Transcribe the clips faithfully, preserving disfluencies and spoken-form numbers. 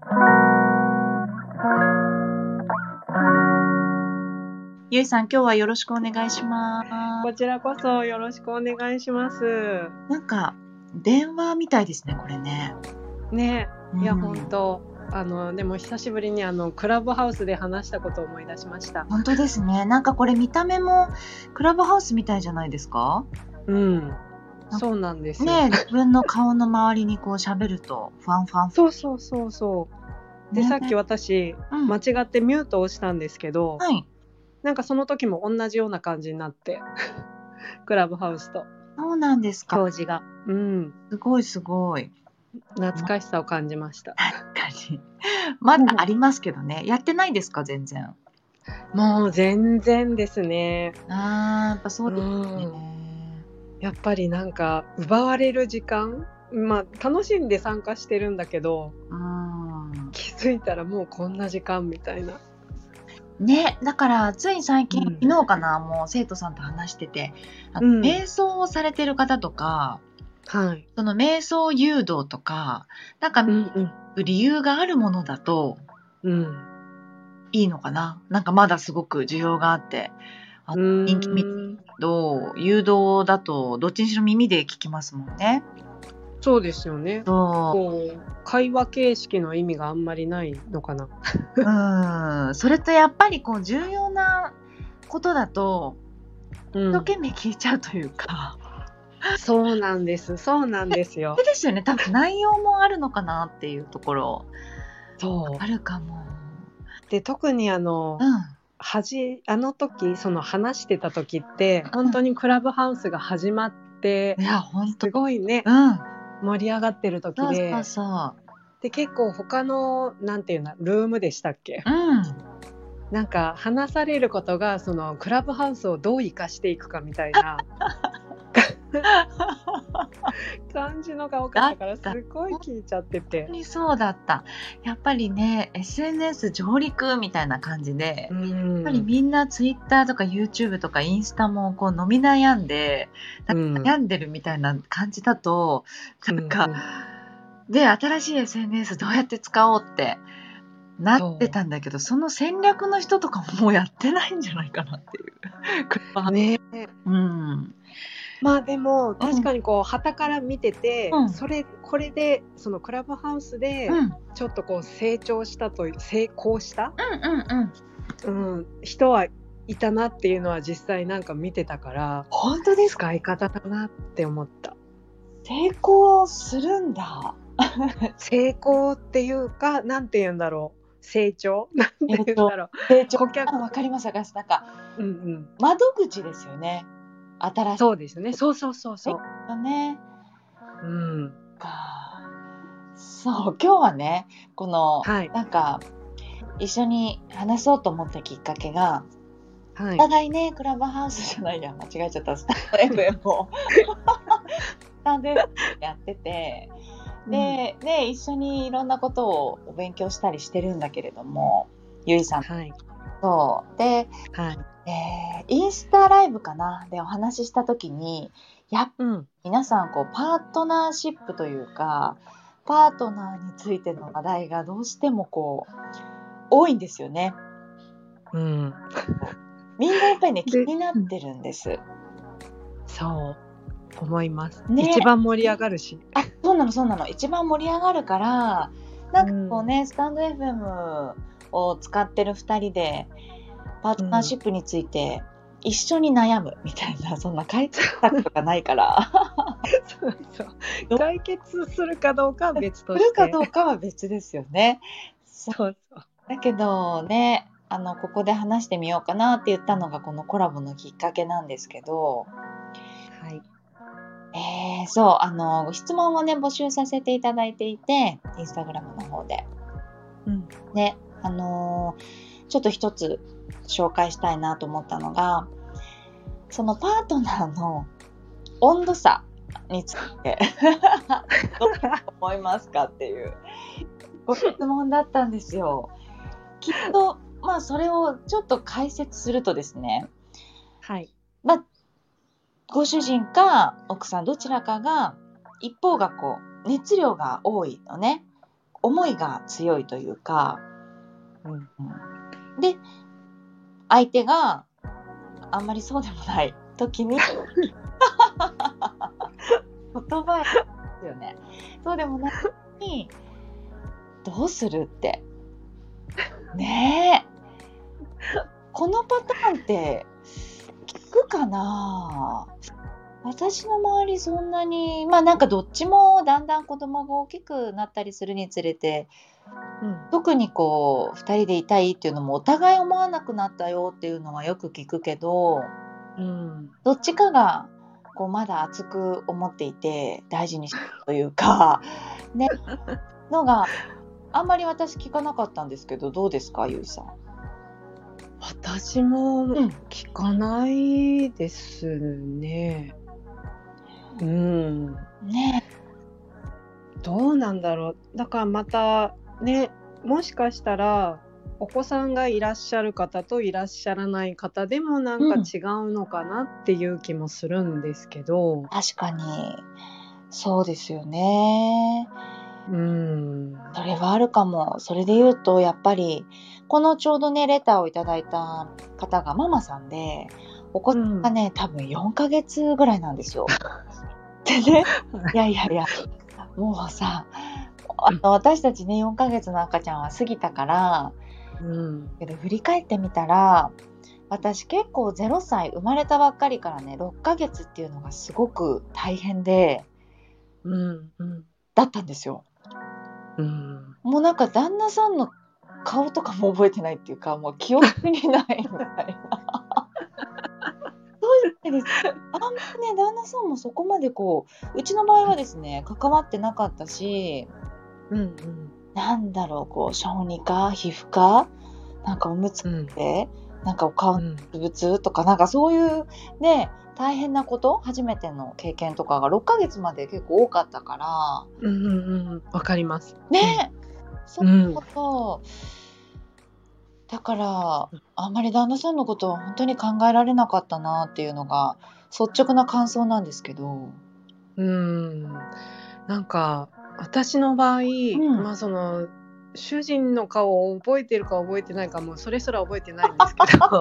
ゆいさん、今日はよろしくお願いします。 こちらこそよろしくお願いします。 なんか電話みたいですね、これね。 ね、いや、 うん本当あのでも久しぶりにあのクラブハウスで話したことを思い出しました。 本当ですね。なんかこれ見た目もクラブハウスみたいじゃないですか。 うん、そうなんですよ。 ね、自分の顔の周りにこう喋るとファンファン。 そうそうそうそうで、 ね、 さっき私、 うん間違ってミュートを押したんですけど、 はい、 なんかその時も同じような感じになってクラブハウスとそうなんですか。 表示が、うん、 すごいすごい。 懐かしさを感じました。 確かに。まだありますけどね。やってないですか、全然。 もう全然ですね。 あー、やっぱそうですね。 うんやっぱりなんか奪われる時間、まあ楽しんで参加してるんだけど、 うん気づいたらもうこんな時間みたいな。 ね、だからつい最近、 うん昨日かな、もう生徒さんと話してて、あのうん瞑想をされてる方とか、 はい。 その瞑想誘導とか、なんかうんうん理由があるものだとうんいいのかな。なんかまだすごく需要があって、あうー人気見んと誘導だとどっちにしろ耳で聞きますもんね。 そうですよね。 そこう会話形式の意味があんまりないのかな。 う、うん、それとやっぱりこう重要なことだとうん一生懸命聞いちゃうというか、 そうなんですそうなんですよそれですよね。多分内容もあるのかなっていうところそあるかも。 うで、特にあのうん。 はじあの時その話してた時って本当にクラブハウスが始まっていや本当。 すごいねうん。 盛り上がってる時そうで、 そうそう。 で結構他のなんていうのルームでしたっけ、 うん。 なんか話されることがそのクラブハウスをどう生かしていくかみたいな感じのが多かったからすごい聞いちゃってて、 本当にそうだった。やっぱりね エスエヌエス 上陸みたいな感じで、 うんやっぱりみんな ツイッター とか ユーチューブ とかインスタもこう飲み悩んでうん悩んでるみたいな感じだと、なんか、 うんうんで新しい エスエヌエス どうやって使おうってなってたんだけど、その戦略の人とかももうやってないんじゃないかなっていう。 ねうん。 まあでも確かにこう傍から見てて、 うんそれこれでそのクラブハウスでうんちょっとこう成長したという成功した、 うんうんうん。 うん、人はいたなっていうのは実際なんか見てたから、 本当ですか。 使い方だなって思った。 成功するんだ。 成功っていうかなんて言うんだろう、成長なんて言うんだろう、 成長。 顧客、 わかりますわかります。なんかうんうん、 窓口ですよね。新しいそうですね、そうそうそうそう、 のね。 うんか。そう、今日はね、この、 はい、 なんか一緒に話そうと思ったきっかけが、おはい、 互いね、クラブハウスじゃないや、間違えちゃった、スタンド エフエム をスタンド エフエム やってて、で、ね、一緒にいろんなことをお勉強したりしてるんだけれども、ゆいさんはい、 と、で、 はい、 えーインスタライブかなでお話しした時に、やっぱうん皆さんこうパートナーシップというか、パートナーについての話題がどうしてもこう多いんですよね。 うん、 みんなやっぱりね、気でになってるんです。 そう思います、 ね、 一番盛り上がるし、 あ、そうなのそうなの、一番盛り上がるから、なんかこうね、スタンド エフエム を使ってるふたりでパートナーシップについて一緒に悩むみたいな、そんな解決策とかないからそうそう解決するかどうかは別として、 するかどうかは別ですよね。そうそうそう、 だけどね、あのここで話してみようかなって言ったのがこのコラボのきっかけなんですけど、 はい、 えー、そうあの質問をね募集させていただいていて、インスタグラムの方で、 うん、 で、あのーちょっと一つ紹介したいなと思ったのが、そのパートナーの温度差についてどう思いますかっていうご質問だったんですよ。きっとまあそれをちょっと解説するとですね、 はい、 まあご主人か奥さんどちらかが、一方がこう熱量が多いのね、 思いが強いというか、 うんうんで相手があんまりそうでもない時に言葉ですよね。そうでもない時にどうするってねえ、このパターンって聞くかな。私の周りそんなに、まあなんかどっちもだんだん子供が大きくなったりするにつれて、 うん特にこうふたりでいたいっていうのもお互い思わなくなったよっていうのはよく聞くけど、 うんどっちかがこうまだ熱く思っていて大事にしてるというかねのがあんまり私聞かなかったんですけど、どうですかゆいさん。 私もうん聞かないですね。うん。 ねどうなんだろう。だからまたね、もしかしたらお子さんがいらっしゃる方といらっしゃらない方でもなんか違うのかなっていう気もするんですけど。 確かにそうですよね。 うん。 それはあるかも。それで言うとやっぱりこのちょうどねレターをいただいた方がママさんで、お子さんがね、多分よんかげつぐらいなんですよ。でね、いやいやいやもうさ、あの私たちねよんかげつの赤ちゃんは過ぎたから、 うん。 けど振り返ってみたら私結構ゼロさい生まれたばっかりからねろっかげつっていうのがすごく大変でうん。うん。 だったんですよ。 うん。 もうなんか旦那さんの顔とかも覚えてないっていうか、もう記憶にないみたいな。そうです。あんまりね旦那さんもそこまでこううちの場合はですね関わってなかったし、 うん。うん。 なんだろうこう小児科皮膚科なんかおむつうん。 でなんかお顔のうん。 つぶつとかなんかそういうね大変なこと初めての経験とかがろっかげつまで結構多かったかうん。うん。わかります。 らね、そううん。 そうだからあんまり旦那さんのことは本当に考えられなかったなっていうのが率直な感想なんですけど。 うん。なんか私の場合、 んまあその主人の顔を覚えてるか覚えてないかもうそれすら覚えてないんですけど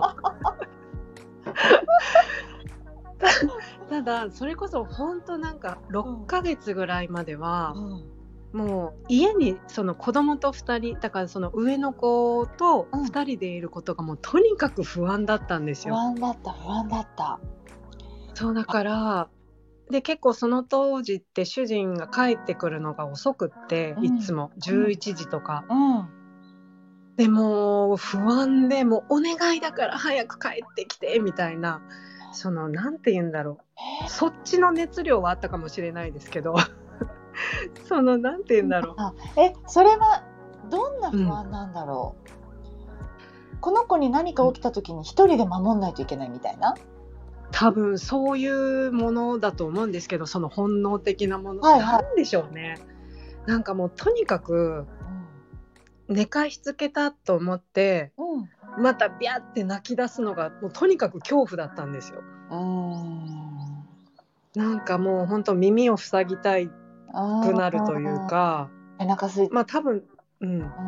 ただそれこそ本当なんかろっかげつぐらいまでは、もう家にその子供とふたりだからその上の子とふたりでいることがもうとにかく不安だったんです不よ。 安だった不安だったそうだからで結構その当時って主人が帰ってくるのが遅くって、 うんいつもじゅういちじとか、 うんでもう不安でもうお願いだから早く帰ってきてみたいな、そのなんて言うんだろう、そっちの熱量はあったかもしれないですけどそのなんて言うんだろう、 あえそれはどんな不安なんだろう、この子に何か起きた時に一人で守んないといけないみたいな。 多分そういうものだと思うんですけど、その本能的なもの、 はいはいなんでしょうね。なんかもうとにかく寝かしつけたと思ってうんうんまたビャって泣き出すのがもうとにかく恐怖だったんですよ。 うーんなんかもう本当耳を塞ぎたいくなるというか、 背中すいてまあ多分、うん、 うん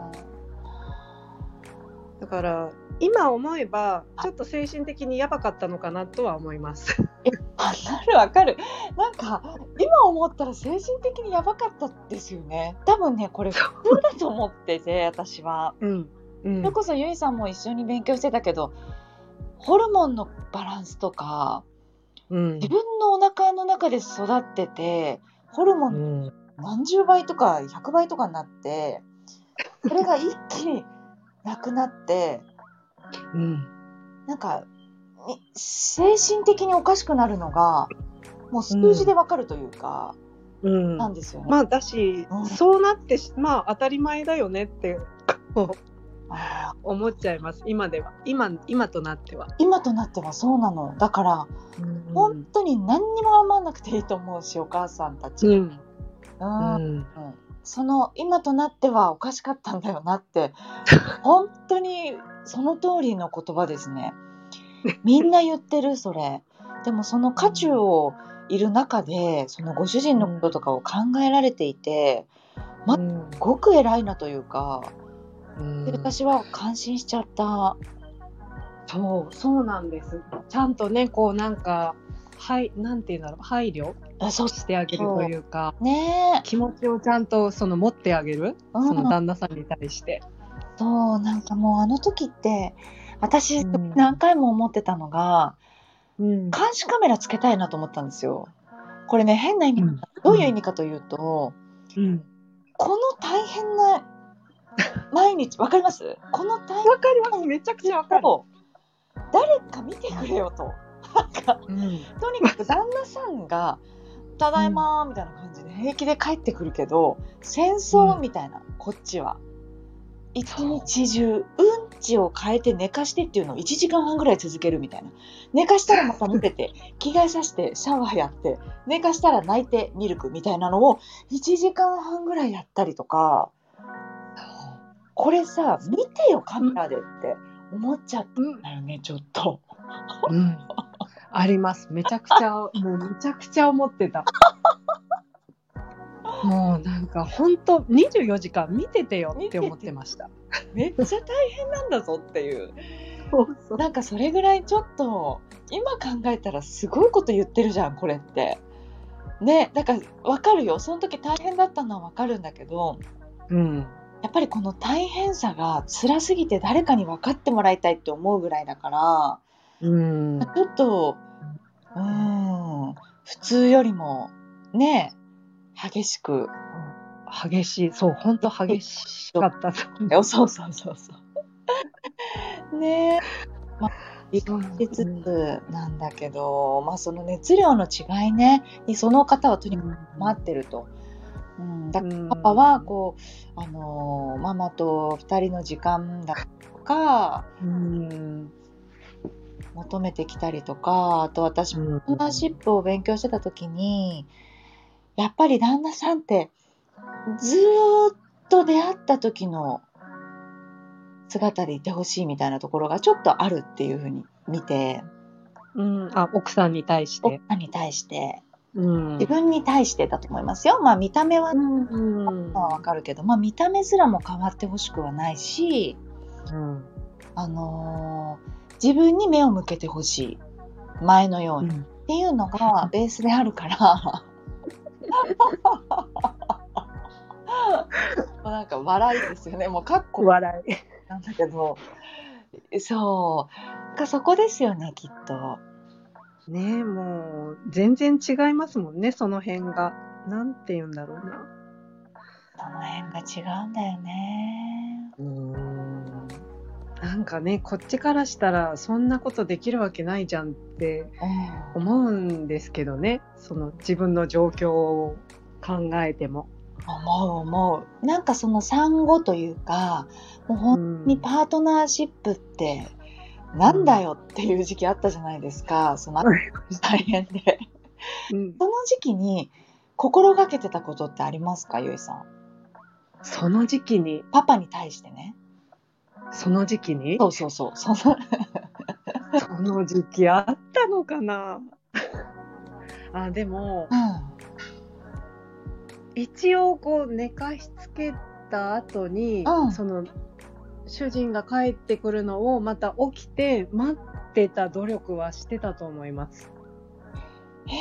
だから今思えばちょっと精神的にやばかったのかなとは思いますわかるわかる。なんか今思ったら精神的にやばかったですよね。多分ねこれ普通だと思ってて私は。 うんうんそれこそゆいさんも一緒に勉強してたけどホルモンのバランスとか、 うん、 自分のお腹の中で育っててホルモンうん何十倍とかひゃくばいとかになってそれが一気になくなってうんなんか精神的におかしくなるのがもう数字でわかるというか、 うん、 なんですよね。 まあだし、 うん、 そうなってまあ当たり前だよねってあ思っちゃいます。今では 今, 今となっては今となってはそうなの。だから、 うん、 本当に何にも頑張んなくていいと思うしお母さんたち、 うんうんうんうんその今となってはおかしかったんだよなって本当にその通りの言葉ですね。みんな言ってるそれ。でもその渦中をいる中でそのご主人のこととかを考えられていて、 ま、 うんすごく偉いなというか、 うんで私は感心しちゃった。 そうそうなんです。ちゃんとねこうなんかはいなんていうんだろう配慮あ、そうしてあげるというかね。 気持ちをちゃんとその持ってあげる、 うんその旦那さんに対して。 そう、なんかもうあの時って、私うん何回も思ってたのが、 うん監視カメラつけたいなと思ったんですよ。これね、変な意味、 うんどういう意味かというと、 うんこの大変な毎日、わかります？この大変わかりますめちゃくちゃわかる。 を誰か見てくれよと。なんか、 うんとにかく旦那さんが、ただいまーみたいな感じで平気で帰ってくるけど、戦争みたいな、こっちは。一日中、うんちを変えて寝かしてっていうのをいちじかんはんぐらい続けるみたいな。寝かしたらまた見てて、着替えさせて、シャワーやって、寝かしたら泣いてミルクみたいなのをいちじかんはんぐらいやったりとか、これさ、見てよカメラでって思っちゃったんだよね、ちょっと。 うん、あります。めちゃくちゃ、もうめちゃくちゃ思ってた。もうなんか本当にじゅうよじかん見ててよって思ってました。 めっちゃ大変なんだぞっていう。 そうそうなんかそれぐらいちょっと、今考えたらすごいこと言ってるじゃん、これって。ね、だからわかるよ。その時大変だったのはわかるんだけど、 うんやっぱりこの大変さが辛すぎて誰かに分かってもらいたいって思うぐらいだから、 うんちょっと、うーん、普通よりもね、激しく。 激しい、そう本当激しかったと思う。 そうそうそうそう。ねえ。まあ、理解しつうんつなんだけど、まあその熱量の違いね、にその方はとにかく待ってると。うん、だからパパはこう、あのーママとふたりの時間だとかうん求めてきたりとか、あと私うんパートナーシップを勉強してた時に、やっぱり旦那さんってずーっと出会った時の姿でいてほしいみたいなところがちょっとあるっていうふうに見て、 うんあ奥さんに対し奥て、 さんに対して、 うん自分に対してだと思いますよ。まあ見た目はうんわかるけど、まあ見た目すらも変わってほしくはないし、 うんあのー自分に目を向けてほしい。前のように。 うんっていうのがベースであるから、なんか笑いですよね。もうかっこ笑い。 なんだけど、そう。かそこですよね、きっと。 ねえもう全然違いますもんねその辺が。なんて言うんだろうな。 その辺が違うんだよね。 うーんなんかねこっちからしたらそんなことできるわけないじゃんってうん。 思うんですけどね、その自分の状況を考えても。 思う思う。なんかその産後というか、もう本当にパートナーシップってなんだよっていう時期あったじゃないですか。その大変で。 うん、 その時期に心がけてたことってありますか、ゆいさん。 その時期にパパに対してね。 その時期にそうそうそう。そのその時期あったのかなあでもうん一応こう寝かしつけた後に、 うんその主人が帰ってくるのをまた起きて待ってた努力はしてたと思います。 へ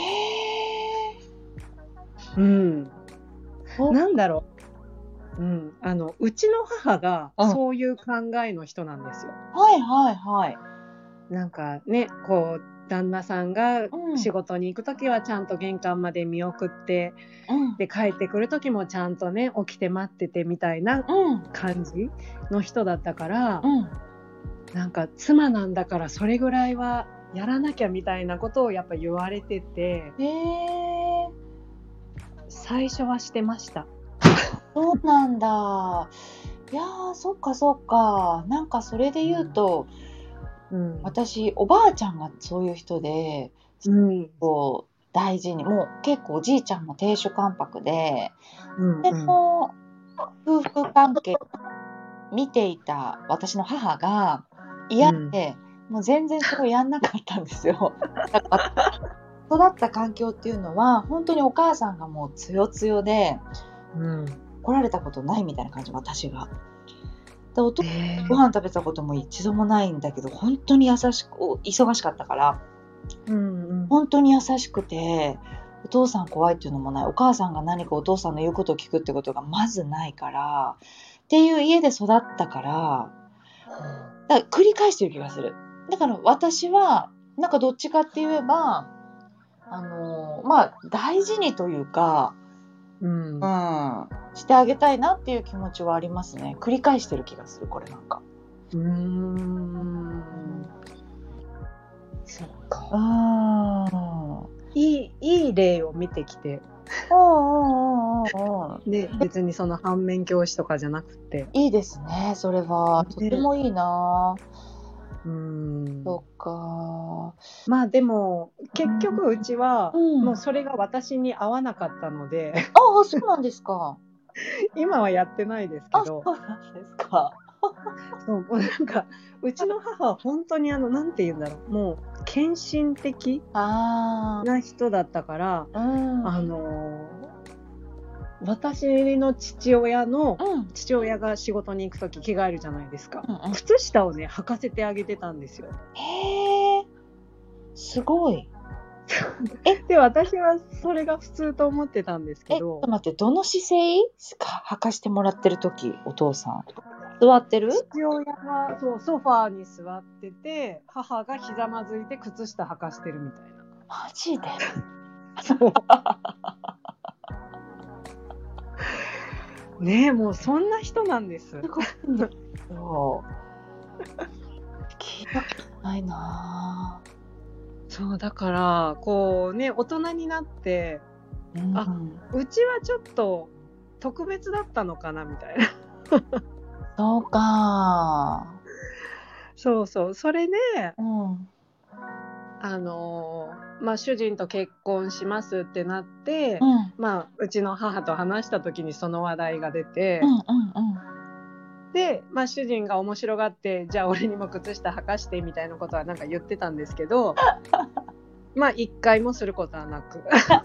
ー。 うん。 おなんだろう。うん。あのうちの母がうんそういう考えの人なんですよ。 はいはいはい。 なんかね、こう旦那さんがうん仕事に行くときはちゃんと玄関まで見送って、 うんで帰ってくるときもちゃんとね起きて待っててみたいなうん感じの人だったから、 うん。 なんか妻なんだからそれぐらいはやらなきゃみたいなことをやっぱ言われてて、 へー。 最初はしてました。 そうなんだ。いやー、そっかそっか。なんかそれで言うと、 うん私おばあちゃんがそういう人で、 うんこう大事に、もう結構おじいちゃんも亭主関白で、 うんでも夫婦関係見ていた私の母が嫌で、もう全然それをやんなかったんですよ。だから育った環境っていうのは本当にお母さんがもう強強で、 うん怒られたことないみたいな感じ、私が。でお父さんえーご飯食べたことも一度もないんだけど、本当に優しく、忙しかったからうんうん本当に優しくて、お父さん怖いっていうのもない、お母さんが何かお父さんの言うことを聞くってことがまずないからっていう家で育ったから、だから繰り返してる気がする。だから私はなんかどっちかって言えば、あのまあ大事にというか、 うんうん、してあげたいなっていう気持ちはありますね。繰り返してる気がする、これなんか。 うーんそっか。 うんいいいい例を見てきて、 うんうんうんうん。 で別にその反面教師とかじゃなくて、 いいですね、それは。とてもいいな。 うーんそっか。 まあでも結局うちはうんもうそれが私に合わなかったので、 ああ、そうなんですか。 今はやってないですけあ、 ど、 そうなんですか。 そうもうなんかうちの母は本当にあのなんて言うんだろう、もう献身的あな人だったから、 あ、うん。 あの私の父親のうん。 父親が仕事に行くとき着替えるじゃないですか、 うんうん、 靴下をね履かせてあげてたんですよ。 へえ、すごい。 で私はそれが普通と思ってたんですけえ、ちょど、 っと待って、どの姿勢か履かしてもらってるとき、お父さん。座ってる？ 父親がそうソファーに座ってて、母がひざまずいて靴下履かしてるみたいな。 マジで？ ねえ、もうそんな人なんです。 すごいんだけど。聞いたことないなぁ。 そうだからこうね、大人になってうん、 あうちはちょっと特別だったのかなみたいな。 そうか。 そうそうそれでうん。 あのーまあ主人と結婚しますってなって、 うん。 まあうちの母と話した時にその話題が出て、 うんうんうん。 で、まあ、主人が面白がってじゃあ俺にも靴下履かしてみたいなことはなんか言ってたんですけどまあ一回もすることはなく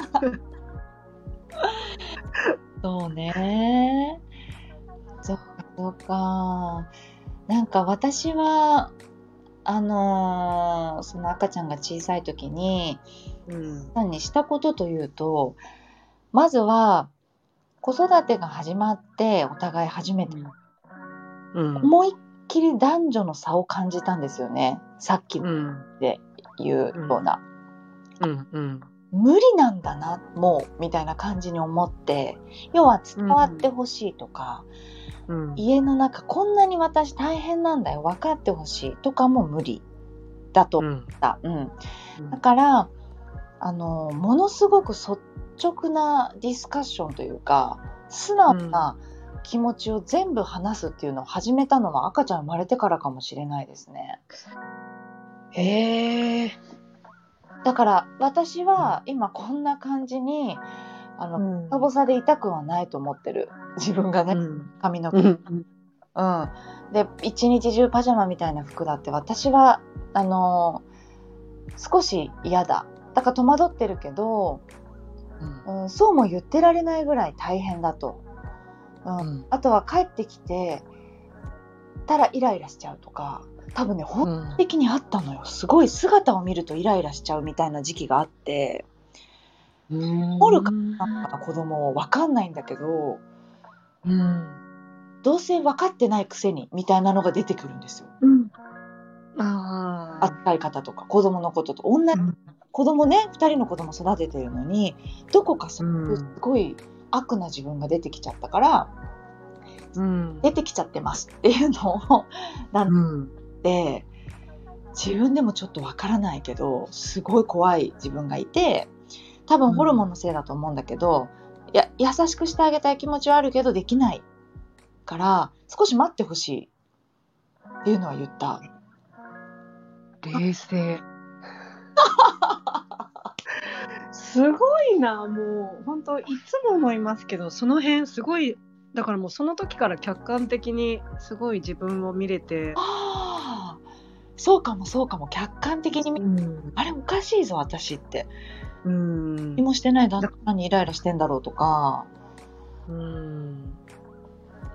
そうね。そっかそっか。なんか私はあのーその赤ちゃんが小さい時にうん何にしたことというと、まずは子育てが始まってお互い初めてうん思いっきり男女の差を感じたんですよね。さっきうんで言うような、 うんうん無理なんだなもうみたいな感じに思って、要は伝わってほしいとか、 うん家の中こんなに私大変なんだよ分かってほしいとかも無理だと思った、うんだからあのものすごく率直なディスカッションというか素直な気持ちを全部話すっていうのを始めたのは赤ちゃん生まれてからかもしれないですね。 へえだから私は今こんな感じにあのうんボサボサで痛くはないと思ってる、自分がね、 うん髪の毛、 うんうんで一日中パジャマみたいな服だって私はあの少し嫌だ、だから戸惑ってるけど、うん、そうも言ってられないぐらい大変だと、うんうんあとは帰ってきてたらイライラしちゃうとか、多分ね本当的にあったのよ。すごい姿を見るとイライラしちゃうみたいな時期があって、おるかなんか子供わかんないんだけど、 うん、 どうせ分かってないくせにみたいなのが出てくるんですよ。 うん、あ扱い方とか子供のことと同じ、 うん子供ねふたりの子供育ててるのにどこかすうんごい悪な自分が出てきちゃったから、 うん出てきちゃってますっていうのをなんうんで自分でもちょっとわからないけどすごい怖い自分がいて、多分ホルモンのせいだと思うんだけど、いや優しくしてあげたい気持ちはあるけどできないから少し待ってほしいっていうのは言った。 冷静すごいな、もう本当いつも思いますけど、その辺すごい、だからもうその時から客観的にすごい自分を見れて、 ああそうかもそうかも、客観的に見、 うん、 あれおかしいぞ私ってうん何もしてない旦那にイライラしてんだろうとか、 うん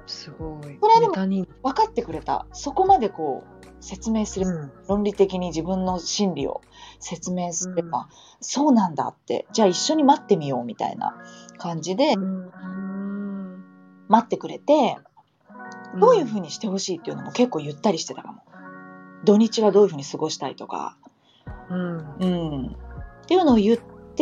すごい。 これはでもメタ認分かってくれた。そこまでこう説明すれば、 うん論理的に自分の心理を説明すれば、 うんそうなんだって、じゃあ一緒に待ってみようみたいな感じでうん待ってくれて、どういうふうにしてほしいっていうのも結構ゆったりしてたかも。土日はどういうふうに過ごしたいとか、 うんうん、っていうのを言って、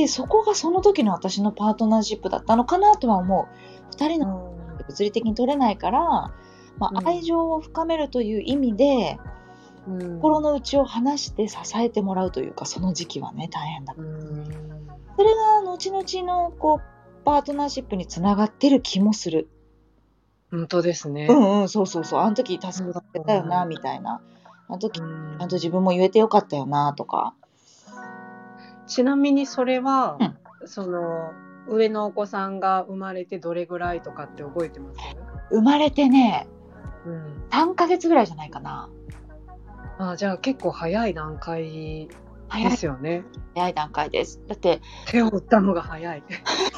そこがその時の私のパートナーシップだったのかなとは思う。二人の物理的に取れないから、まあ、 うん愛情を深めるという意味で、 うん心の内を話して支えてもらうというか、その時期はね大変だった。 うんそれが後々のこうパートナーシップにつながってる気もする。 本当ですね。 うんうん、そうそうそう、あの時助けてくれたよな、 うんみたいな。あの時ちうんゃんと自分も言えてよかったよなとか。 ちなみにそれは、 うんその上のお子さんが生まれてどれぐらいとかって覚えてます？ 生まれてね、 うん、 さんかげつぐらいじゃないかな。 あ、じゃあ結構早い段階早いですよね。 早い段階です。だって手を打ったのが早い。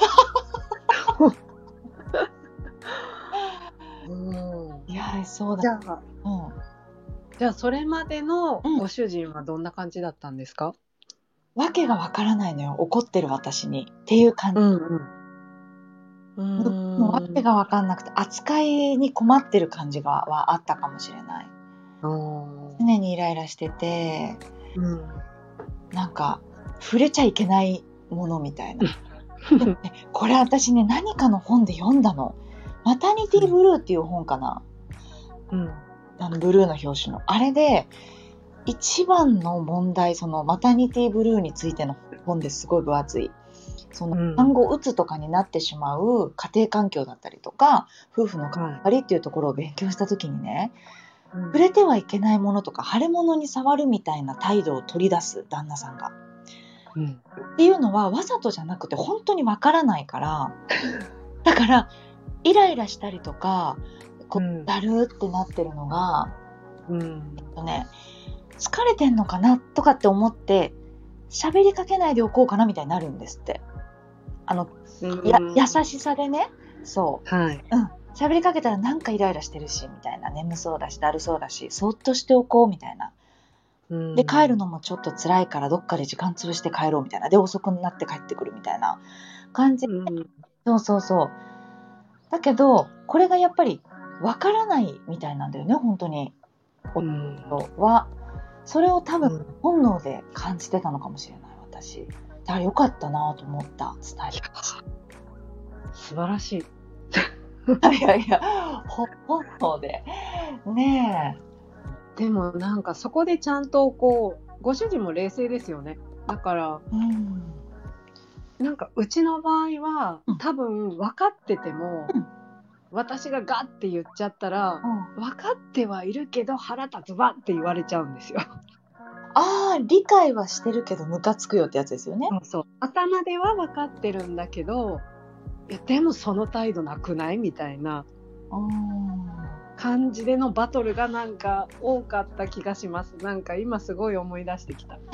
うんいやそうだ。 じゃあうん、 じゃあそれまでのうんご主人はどんな感じだったんですか？ わけがわからないのよ、怒ってる私にっていう感じ。 うんうんうーんもうわけがわかんなくて扱いに困ってる感じがはあったかもしれない。 あー常にイライラしてて、 うんなんか触れちゃいけないものみたいな。でこれ私ね、何かの本で読んだの。マタニティブルーっていう本かな。 うんあのブルーの表紙のあれで一番の問題、そのマタニティブルーについての本ですごい分厚い。そのうん産後うつとかになってしまう家庭環境だったりとか、夫婦の関わりっていうところを勉強した時にね、 うん触れてはいけないものとか腫れ物に触るみたいな態度を取り出す旦那さんがうんっていうのはわざとじゃなくて本当にわからないから、だからイライラしたりとかこううんだるーってなってるのが、 うんえっとね、疲れてんのかなとかって思って喋りかけないでおこうかなみたいになるんですって。あのや優しさでね、そはい、 う、うん、喋りかけたらなんかイライラしてるしみたいな、眠そうだしだるそうだしそっとしておこうみたいな。 うんで帰るのもちょっと辛いからどっかで時間潰して帰ろうみたいな。で遅くなって帰ってくるみたいな感じ。 うんそうそうそう。だけどこれがやっぱりわからないみたいなんだよね、本当に。 うん夫はそれを多分うん本能で感じてたのかもしれない、私。だからよかったなと思った、伝えて。 素晴らしい。 いやいや、ほ本能でねでもなんかそこでちゃんとこうご主人も冷静ですよね。だからえ、うんなんかうちの場合はうん多分分かってても、 うん私がガッて言っちゃったら、 うん、 分かってはいるけど腹立つわって言われちゃうんですよ。 ああ、理解はしてるけどムカつくよってやつですよね。 そうそう、頭では分かってるんだけど、いやでもその態度なくないみたいなうん感じでのバトルがなんか多かった気がします。なんか今すごい思い出してきた。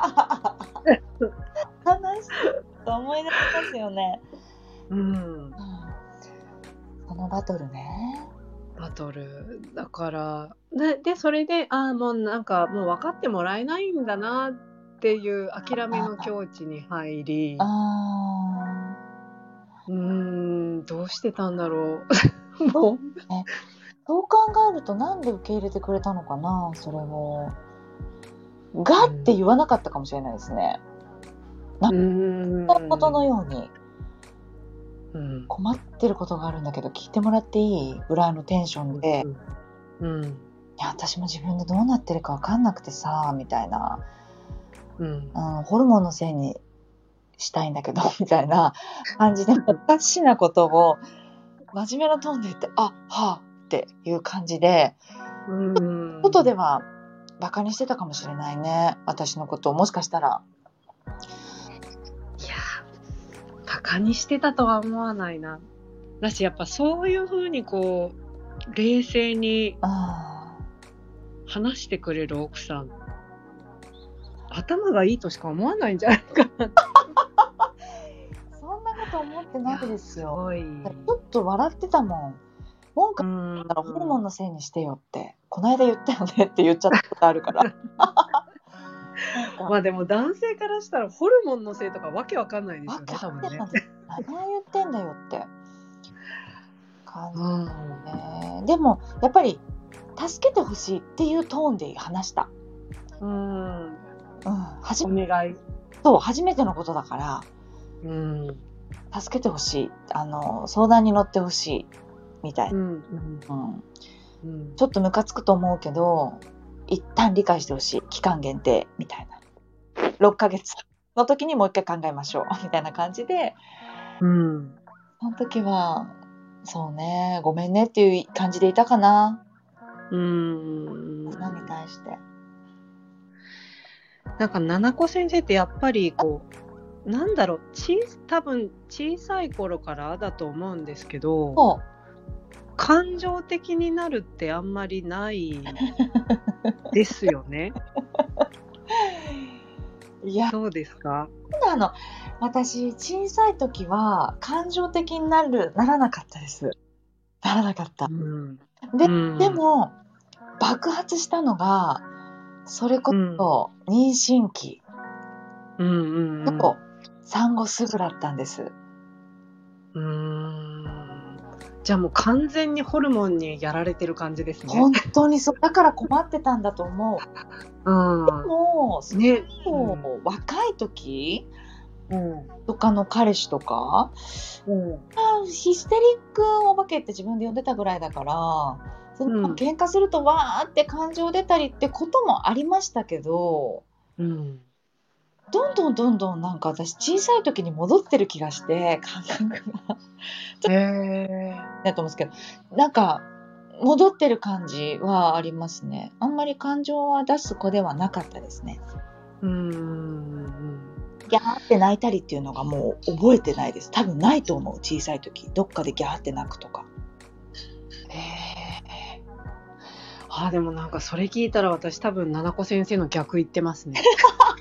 話してと思い出しますよね。 うんうん、そのバトルね。 バトルだからで、でそれでああもうなんかもう分かってもらえないんだなっていう諦めの境地に入り、 あうーんどうしてたんだろう。もうそう考えるとなんで受け入れてくれたのかな、それを。がって言わなかったかもしれないですね。 うーんそのことのようにうん困ってることがあるんだけど聞いてもらっていいぐらいのテンションで、 うんいや私も自分でどうなってるか分かんなくてさみたいな、 うんうん、ホルモンのせいにしたいんだけどみたいな感じでおかしなことを真面目なトーンで言って、あはあっていう感じで、 うん外ではバカにしてたかもしれないね、私のことを。もしかしたらいやバカにしてたとは思わないな。だしやっぱそういう風にこう冷静にあ話してくれる奥さん、頭がいいとしか思わないんじゃないかな。 そんなこと思ってないですよ。 ごい。 ちょっと笑ってたもん。 文句うん言ったらホルモンのせいにしてよってこの間言ったよねって言っちゃったことあるからなんかまあでも男性からしたらホルモンのせいとかわけわかんないですよね、 わけ多分ねあってなん。て何を言ってんだよって感じ、 うんね、でもやっぱり助けてほしいっていうトーンで話した、 うんうん、初おめ願い。 そう初めてのことだからうん助けてほしい、あの相談に乗ってほしいみたいな、 うんうん、 うんちょっとムカつくと思うけど一旦理解してほしい、期間限定みたいな、ろっかげつの時にもう一回考えましょうみたいな感じで、 うんその時はそうねごめんねっていう感じでいたかな、 うん花に対して。 なんか七子先生ってやっぱりこうなんだろうち多分小さい頃からだと思うんですけど、 そ感情的になるってあんまりないですよね。 ういやそうですか？ あの私小さい時は感情的になるならなかったです、ならなかった、 うんで、 うんでも爆発したのがそれこそ妊娠期うんうんうんと産後すぐだったんです。 うーんじゃあもう完全にホルモンにやられてる感じですね。 本当にそうだから困ってたんだと思う。 うんでもね、 そう若い時うんとかの彼氏とかうんあヒステリックお化けって自分で呼んでたぐらいだからその、 うん喧嘩するとわーって感情出たりってこともありましたけど、 うんどんどんどんどんなんか私小さい時に戻ってる気がして感覚がへえだと思うんですけど、なんか戻ってる感じはありますね。あんまり感情は出す子ではなかったですね。 うんうんギャーって泣いたりっていうのがもう覚えてないです。多分ないと思う、小さい時どっかでギャーって泣くとか。 へえあでもなんかそれ聞いたら私多分七子先生の逆言ってますね。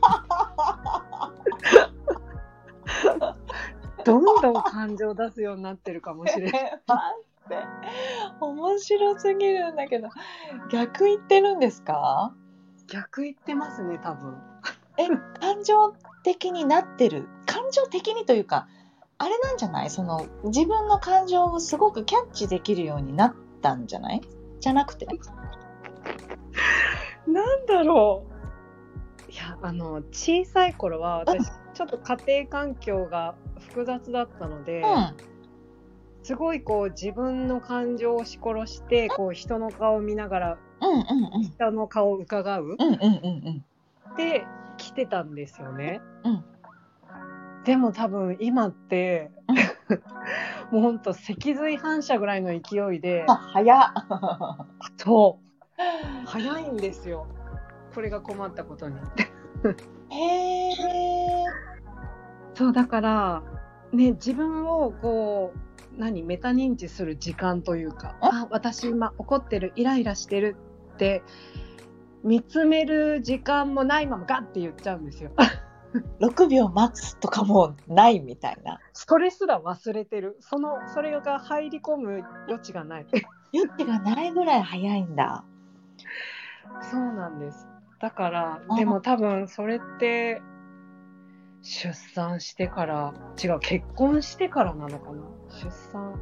どんどん感情出すようになってるかもしれない。 待って面白すぎるんだけど逆言ってるんですか？ 逆言ってますね多分。 え感情的になってる、感情的にというかあれなんじゃない、その自分の感情をすごくキャッチできるようになったんじゃないじゃなくてなんだろう。いやあの小さい頃は私ちょっと家庭環境が複雑だったので、 うんすごいこう自分の感情を押し殺してこう人の顔を見ながらうんうんうん人の顔を伺ううんうんうんって来てたんですよね。 うんでも多分今ってもうほんと脊髄反射ぐらいの勢いであ早っそう早いんですよ。これが困ったことに。 へえそうだからね自分をこう何メタ認知する時間というか、あ私今怒ってるイライラしてるって見つめる時間もないままガッて言っちゃうんですよ。 ろくびょう待つとかもないみたいな、 それすら忘れてる。そのそれが入り込む余地がない。 余地がないぐらい早いんだ。 そうなんです。だからでも多分それって出産してから違う結婚してからなのかな。出産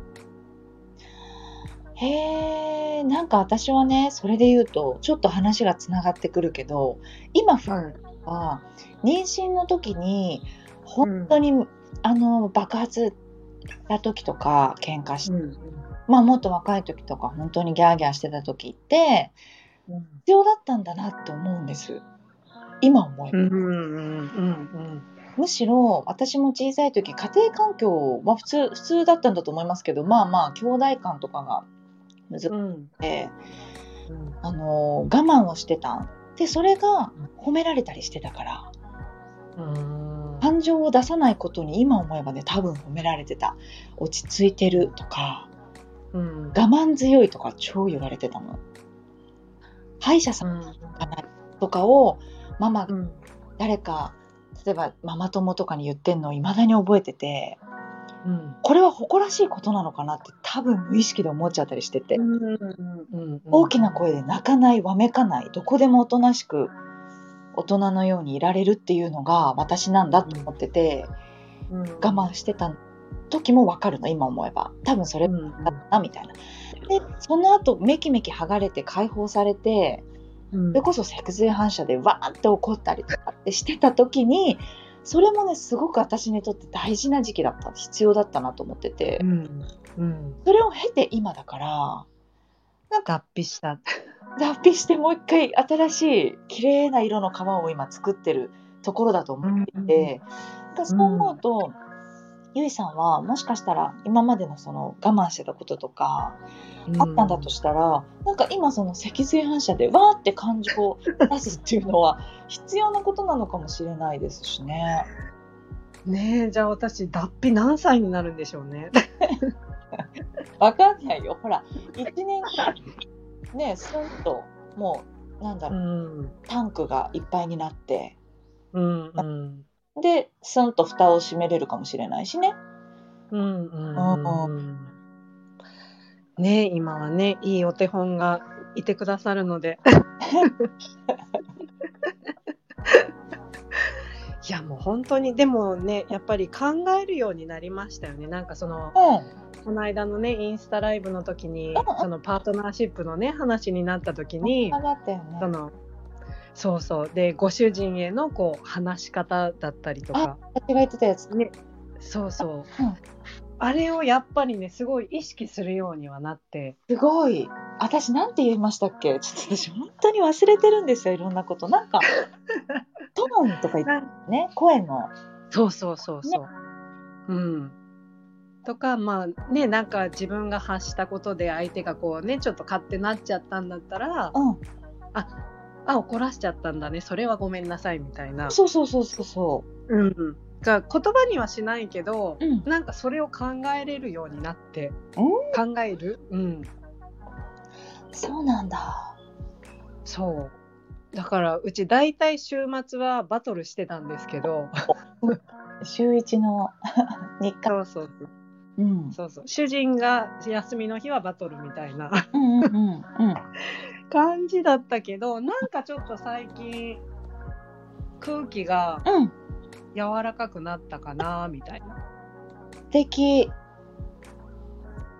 へえ、なんか私はねそれで言うとちょっと話がつながってくるけど今はいは妊娠の時に本当に、うん、あの爆発した時とか喧嘩して、うん、まあもっと若い時とか本当にギャーギャーしてた時って必要だったんだなって思うんです今思えば、うんうんうんうん、むしろ私も小さい時家庭環境は普通普通だったんだと思いますけどまあまあ兄弟間とかが難しくて、うんうん、あの我慢をしてたでそれが褒められたりしてたから、うん、感情を出さないことに今思えばね多分褒められてた。落ち着いてるとか、うん、我慢強いとか超言われてたの。歯医者さんとかをママ、うん、誰か例えばママ友とかに言ってんのを未だに覚えてて、 うん、 これは誇らしいことなのかなって多分無意識で思っちゃったりしてて、 うんうんうんうん、 大きな声で泣かない、わめかない、どこでもおとなしく大人のようにいられるっていうのが私なんだと思ってて、 うん、 我慢してた時も分かるの、今思えば。多分それだったなみたいな。でその後めきめき剥がれて解放されて、 うん、 それこそ脊髄反射でわーって怒ったりとかってしてた時に、それもねすごく私にとって大事な時期だった、必要だったなと思ってて、 うんうん、 それを経て今だから脱皮した脱皮してもう一回新しい綺麗な色の皮を今作ってるところだと思っていて、うん、そう思うと、ゆいさんはもしかしたら今までのその我慢してたこととかあったんだとしたら、うん、なんか今その脊髄反射でわーって感情を出すっていうのは必要なことなのかもしれないですしね。 ねえ、じゃあ私脱皮何歳になるんでしょうね。 わかんないよ。ほらいちねんねスンともうなんだろう、うん、タンクがいっぱいになって、 うんうん、 でスンと蓋を閉めれるかもしれないしね。 うんうんうんうん、ねえ、今はねいいお手本がいてくださるのでいやもう本当にでもねやっぱり考えるようになりましたよね。なんかその、うん、この間のねインスタライブの時に、うん、そのパートナーシップのね話になった時に、 うん、だったよね、 そのそうそうでご主人へのこう話し方だったりとか、 あ、私が言ってたやつね、そうそう、うん、あれをやっぱりねすごい意識するようにはなって、 すごい。私なんて言いましたっけ？ちょっと私本当に忘れてるんですよ、いろんなこと。なんかトーンとか言ってね、声の。 そうそうそうそう、ね、うん。とかまあねなんか自分が発したことで相手がこうねちょっとカッてなっちゃったんだったら、うん、ああ怒らしちゃったんだね、それはごめんなさいみたいな。 そうそうそうそうそう。 うん。が言葉にはしないけど、 うん、 なんかそれを考えれるようになって、うん、考える、うん。 そうなんだ。 そう。だからうち大体週末はバトルしてたんですけど週一の日課。 そうそうそう。 うん、 そうそう。主人が休みの日はバトルみたいなうんうんうん、うん、 感じだったけど、なんかちょっと最近空気が柔らかくなったかなみたいな。 素敵。 うん、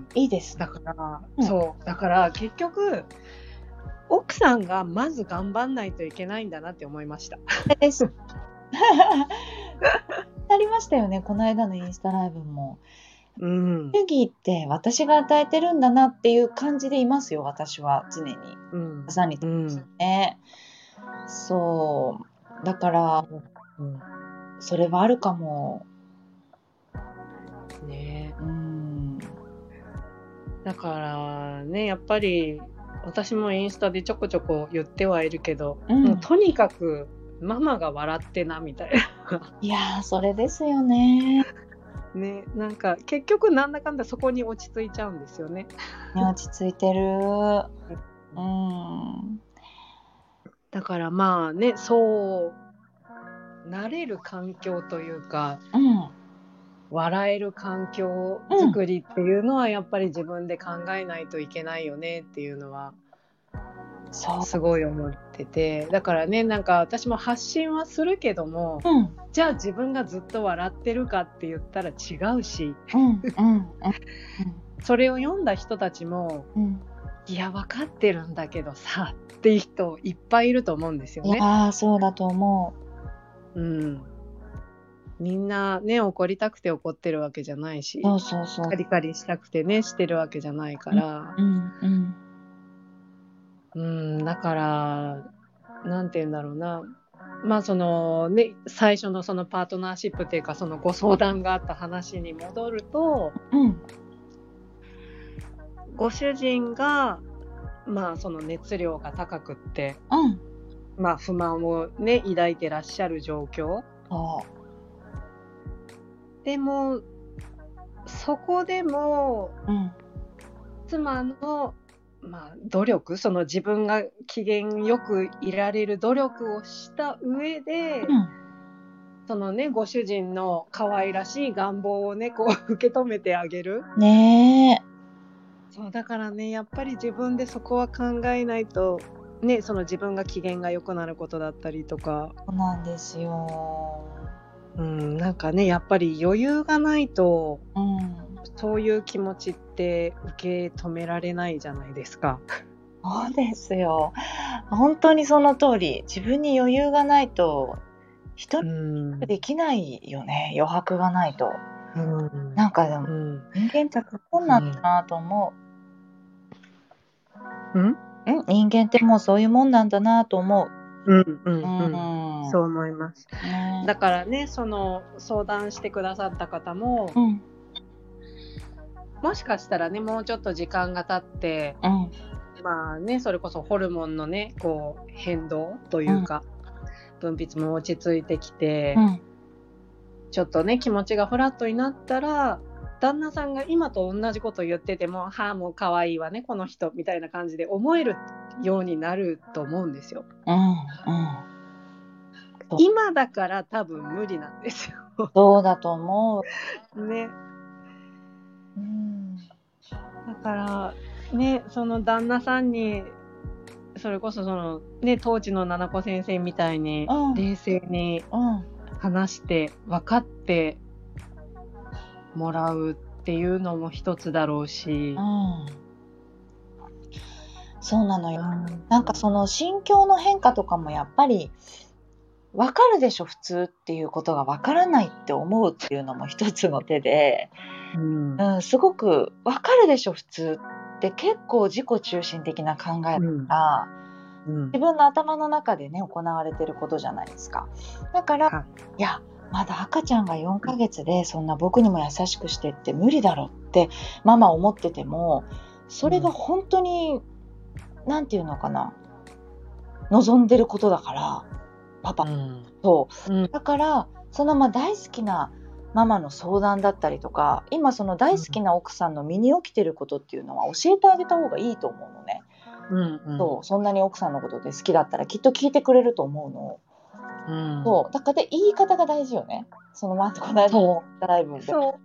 いいです。 だから、うん、そうだから結局奥さんがまず頑張んないといけないんだなって思いました。 です。ありましたよね、この間のインスタライブも。うん、エネルギーって私が与えてるんだなっていう感じでいますよ、私は常に。うん、朝にとってね、うん、そうだから、うん、それはあるかもね。 うん、 だからねやっぱり私もインスタでちょこちょこ言ってはいるけど、うん、もうとにかくママが笑ってなみたいな。 いやーそれですよね。 ね、なんか結局なんだかんだそこに落ち着いちゃうんですよね。 落ち着いてる。うん。 だからまあね、そうなれる環境というか、うん、笑える環境づくりっていうのはやっぱり自分で考えないといけないよねっていうのはすごい思ってて、だからねなんか私も発信はするけども、うん、じゃあ自分がずっと笑ってるかって言ったら違うし、うんうんうん、それを読んだ人たちも、うん、いや分かってるんだけどさっていう人いっぱいいると思うんですよね。 いやそうだと思う、うん、みんなね怒りたくて怒ってるわけじゃないし、 そうそうそう、 カリカリしたくてねしてるわけじゃないから、うんうんうん、だからなんて言うんだろうな、まあそのね最初のそのパートナーシップっていうかそのご相談があった話に戻ると、うん、ご主人がまあその熱量が高くって、うん、まあ不満をね抱いてらっしゃる状況。でもそこでも、うん、妻のまあ、努力、その自分が機嫌よくいられる努力をした上で、うん、 そのねご主人の可愛らしい願望をねこう受け止めてあげる。 ねえ。 そうだからねやっぱり自分でそこは考えないとね、その自分が機嫌が良くなることだったりとか、 そうなんですよ。 うん、なんかねやっぱり余裕がないと、 うん、 そういう気持ちって受け止められないじゃないですか。 そうですよ。本当にその通り。自分に余裕がないと人うにん、 できないよね。余白がないと。 うん、 なんかでもうん、 人間ってだかこんなんだなと思ら、うん、 う。ん人間ってもうそういうもんなんだなと思う。 うん、うん、 ううん、 ん。 そう思います。 ね。 だからね、その相談してくださった方も、 うん。 もしかしたらね、もうちょっと時間が経って、 うん。 まあね、それこそホルモンのね、こう変動というか、分泌も落ち着いてきて、 うん。 ちょっとね、気持ちがフラットになったら、旦那さんが今と同じこと言ってても、はあ、もう可愛いわね、この人、みたいな感じで思えるようになると思うんですよ。 うん。うん。そう今だから多分無理なんですよ。 そうだと思う。 ね。 うん。 だからね、その旦那さんにそれこそそのね当時の七子先生みたいにうん冷静にうん。 話して分かってもらうっていうのも一つだろうし、 うん。そうなのよ。 うんなんかその心境の変化とかもやっぱりわかるでしょ普通っていうことがわからないって思うっていうのも一つの手で、 うんうん、すごくわかるでしょ普通って結構自己中心的な考えうんがうん自分の頭の中でね行われてることじゃないですか。だからはいやまだ赤ちゃんがよんかげつでそんな僕にも優しくしてって無理だろってママ思っててもそれが本当になんていうのかな望んでることだからパパ、 うんそううんだからそのまあ大好きなママの相談だったりとか今その大好きな奥さんの身に起きてることっていうのは教えてあげた方がいいと思うのね。 うんうんそうそんなに奥さんのことで好きだったらきっと聞いてくれると思うの。 うんそうだからで言い方が大事よね。そのまあこの間のライブでそう、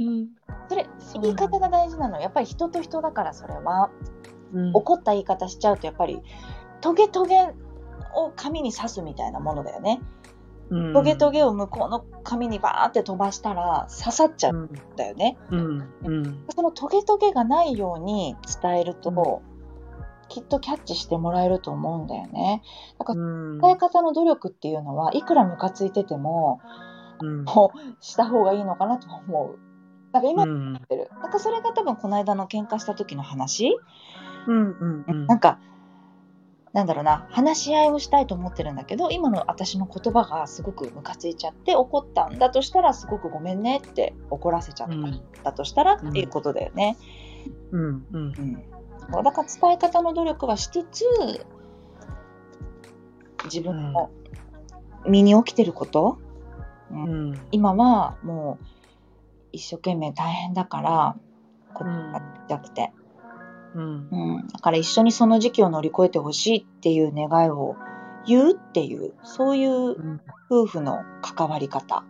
うん、 それそう言い方が大事なの。やっぱり人と人だからそれはうん怒った言い方しちゃうとやっぱりトゲトゲを紙に刺すみたいなものだよね。 うんトゲトゲを向こうの紙にバーって飛ばしたら刺さっちゃうんだよね。 うんうんそのトゲトゲがないように伝えると、うん、きっとキャッチしてもらえると思うんだよね。だから伝え方の努力っていうのはいくらムカついてても、うん、もうした方がいいのかなと思う。なんか今言ってる。なんかそれが多分この間の喧嘩した時の話、 うんうんうん、 なんかなんだろうな話し合いをしたいと思ってるんだけど今の私の言葉がすごくムカついちゃって怒ったんだとしたらすごくごめんねって怒らせちゃったとしたら、うん、っていうことだよね。 うんうんうんうん、だから伝え方の努力はしつつ自分の身に起きてること、うんうん、今はもう一生懸命大変だからここが痛くて、うんうん、だから一緒にその時期を乗り越えてほしいっていう願いを言うっていうそういう夫婦の関わり方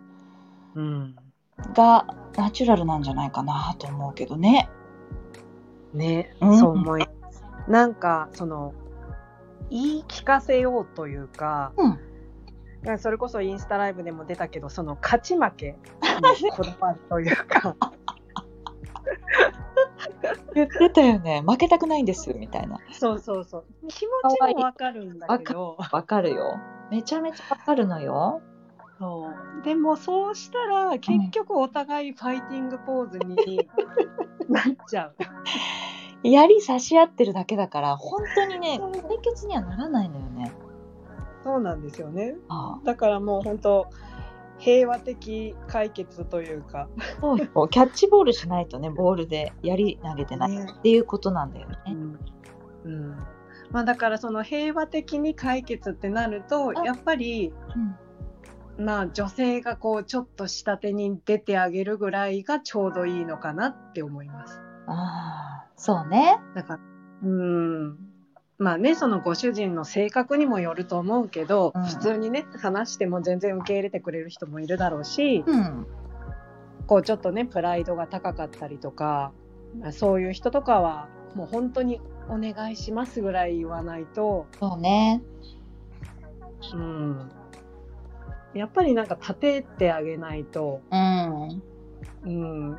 がナチュラルなんじゃないかなと思うけどね。 ね、うん、そう思いなんかその言い聞かせようというか、うん、それこそインスタライブでも出たけどその勝ち負けにこだわるというか言ってたよね負けたくないんですみたいな。 そうそうそう気持ちもわかるんだけどわかるよめちゃめちゃわかるのよ。 そうでもそうしたら結局お互いファイティングポーズになっちゃう、 うん、槍差し合ってるだけだから本当にね解決にはならないのよね。 そうなんですよね。 ああだからもう本当平和的解決というかそうよキャッチボールしないとねボールで槍投げてないっていうことなんだよね。うんうんまあ、だからその平和的に解決ってなるとやっぱり、うん、まあ女性がこうちょっと下手に出てあげるぐらいがちょうどいいのかなって思います。 ああそうね。 だからうんまあね、そのご主人の性格にもよると思うけど、 うん普通にね話しても全然受け入れてくれる人もいるだろうし、 うんこうちょっとねプライドが高かったりとか、そういう人とかはもう本当にお願いしますぐらい言わないと、 そうね。 うん、やっぱりなんか立ててあげないと、 うんうん、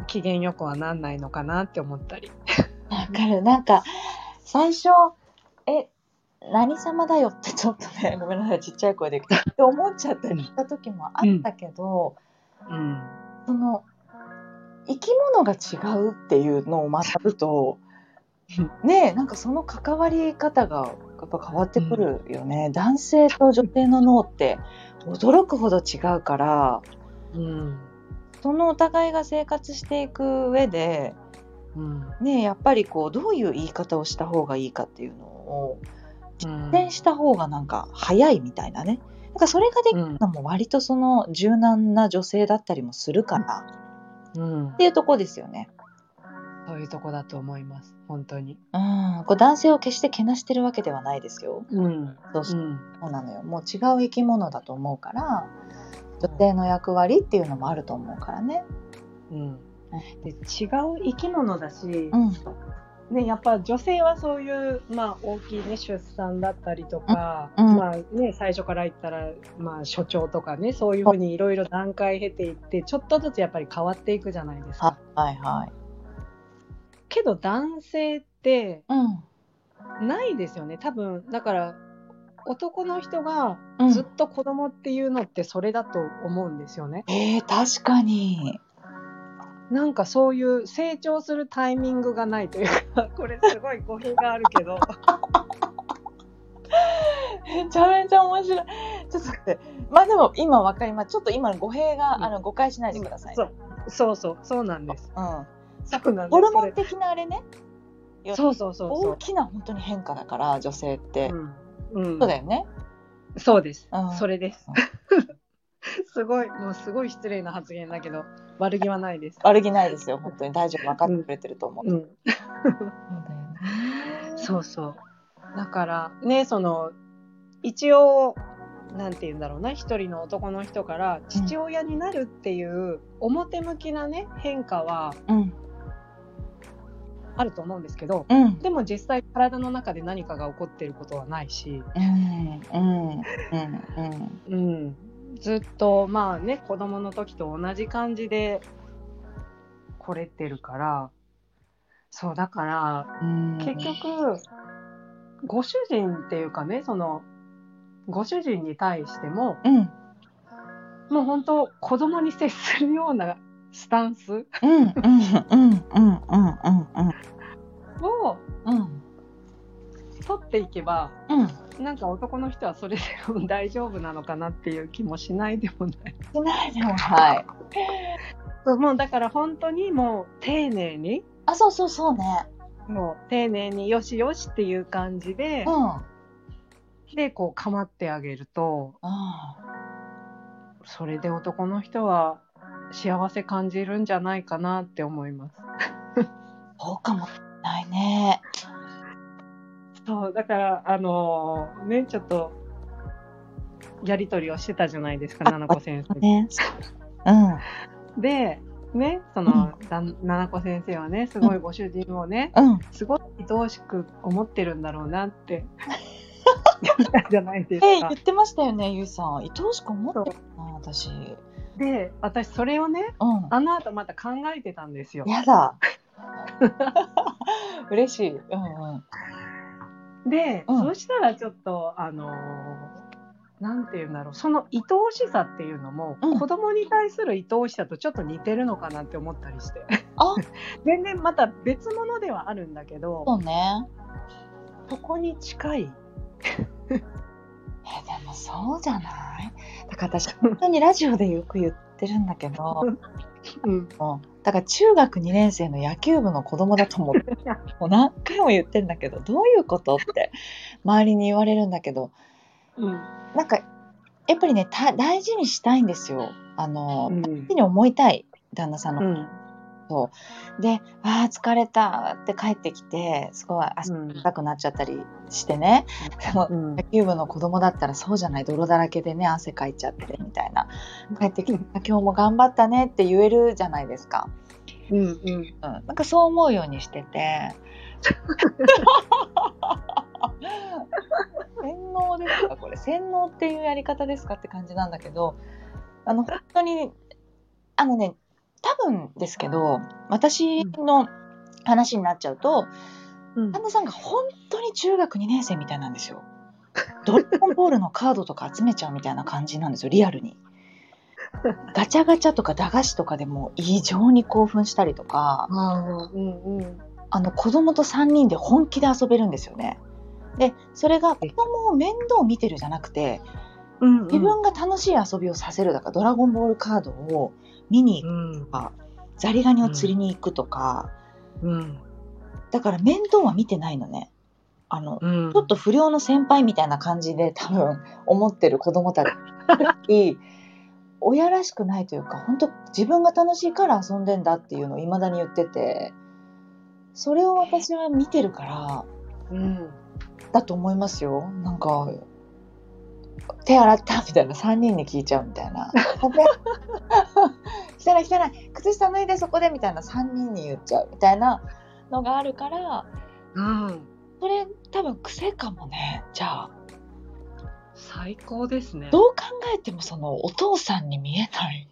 機嫌よくはなんないのかなって思ったり。 わかる。なんか最初え何様だよってちょっとね、ごめんなさい、ちっちゃい声で言うって思っちゃったりした時もあったけど、 うんその生き物が違うっていうのを学ぶとねえ、なんかその関わり方がやっぱ変わってくるよね、うん、男性と女性の脳って驚くほど違うから、 うん、 そのお互いが生活していく上で、うんねえ、やっぱりこうどういう言い方をした方がいいかっていうのを実践した方がなんか早いみたいなね。なんかそれができるのも割とその柔軟な女性だったりもするから、うん、っていうとこですよね。 そういうとこだと思います本当に。 うん、こう男性を決してけなしてるわけではないですよ。 うん、 そうそう、うん、そうなのよ。もう違う生き物だと思うから、女性の役割っていうのもあると思うからね。 うん、で違う生き物だし、 うんね、やっぱ女性はそういう、まあ、大きい、ね、出産だったりとか、 うんまあね、最初から言ったら、まあ、所長とかね、そういうふうにいろいろ段階経ていってちょっとずつやっぱり変わっていくじゃないですか。 はいはい。 けど男性ってうん、 ないですよね多分。だから男の人がずっと子供っていうのってそれだと思うんですよね。 うん、えー、確かに。 なんかそういう成長するタイミングがないというか、これすごい語弊があるけどめちゃめちゃ面白い。ちょっと待って、まあでも今わかります。ちょっと今の語弊が、うん、あの誤解しないでください、ね、 うん、そうそうそうそうなんです。 うん、 そうなんです。 ホルモン的なあれね。 そうそうそうそう。 大きな本当に変化だから女性って、うんうん、そうだよね。 そうです。 うん、 それです。すごいもうすごい失礼な発言だけど悪気はないです。 悪気ないですよ本当に。大丈夫、分かってくれてると思う。うんうん、 そうだよね。そうそうだからね、その一応なんて言うんだろうな、一人の男の人から父親になるっていう表向きなね変化はあると思うんですけど、うん、でも実際体の中で何かが起こっていることはないし、うんうんうんうん、ずっとまあね子供の時と同じ感じでこれてるから、そうだから、うん、結局ご主人っていうかね、そのご主人に対しても、うん、もう本当子供に接するようなスタンス、うんうんうんうんうんうんうんを、うん、取っていけば、うん、なんか男の人はそれでも大丈夫なのかなっていう気もしないでもない。 しないでもない。 そう、もうだから本当にもう丁寧に、 あ、そうそうそうね。 もう丁寧によしよしっていう感じで、うん、でこう構ってあげると、うん、それで男の人は幸せ感じるんじゃないかなって思います。 そうかもないね。 そうだからあのー、ねちょっとやり取りをしてたじゃないですか、七子先生。ね、うん、でね、その、うん、七子先生はねすごいご主人をね、うん、すごい愛おしく思ってるんだろうなって言ったじゃないですか。 えー、言ってましたよね、ゆいさん。愛おしく思ってるな私。 で私それをね、うん、あの後また考えてたんですよ。 やだ嬉しい、うんうん、で、うん、そうしたらちょっとあのー、なんていうんだろう、その愛おしさっていうのも、うん、子供に対する愛おしさとちょっと似てるのかなって思ったりしてあ全然また別物ではあるんだけど、 そうね、 そこに近いえでもそうじゃない？だから私本当にラジオでよく言ってるんだけど、うん、だから中学にねん生の野球部の子供だと思ってもう何回も言ってんだけど、どういうことって周りに言われるんだけど、うん、なんかやっぱりね大事にしたいんですよ。あの、うん、大事に思いたい旦那さんの、うんそうで、あー疲れたって帰ってきて、すごい足うん痛くなっちゃったりしてね、でもうん野球部の子供だったらそうじゃない、泥だらけでね、汗かいちゃってみたいな、帰ってきて今日も頑張ったねって言えるじゃないですか。 うんうんうん、なんかそう思うようにしてて洗脳ですかこれ、洗脳っていうやり方ですかって感じなんだけど、あの本当にあのね、多分ですけど、私の話になっちゃうと、 うん旦那さんが本当に中学にねん生みたいなんですよ。ドラゴンボールのカードとか集めちゃうみたいな感じなんですよ、リアルに。ガチャガチャとか駄菓子とかでも異常に興奮したりとか、 あーうんうんあの子供とさんにんで本気で遊べるんですよね。で、それが子供を面倒見てるじゃなくて、 うんうん自分が楽しい遊びをさせるだから、ドラゴンボールカードを見に行くうんとか、ザリガニを釣りに行くとか、 うんだから面倒は見てないのね。あの、 うんちょっと不良の先輩みたいな感じで多分思ってる子供たち親らしくないというか、本当自分が楽しいから遊んでんだっていうのを未だに言ってて、それを私は見てるからうんだと思いますよ。なんか手洗ったみたいなさんにんに聞いちゃうみたいな汚い汚い靴下脱いでそこでみたいなさんにんに言っちゃうみたいなのがあるから、 うんそれ多分癖かもね。じゃあ最高ですね。 どう考えてもそのお父さんに見えない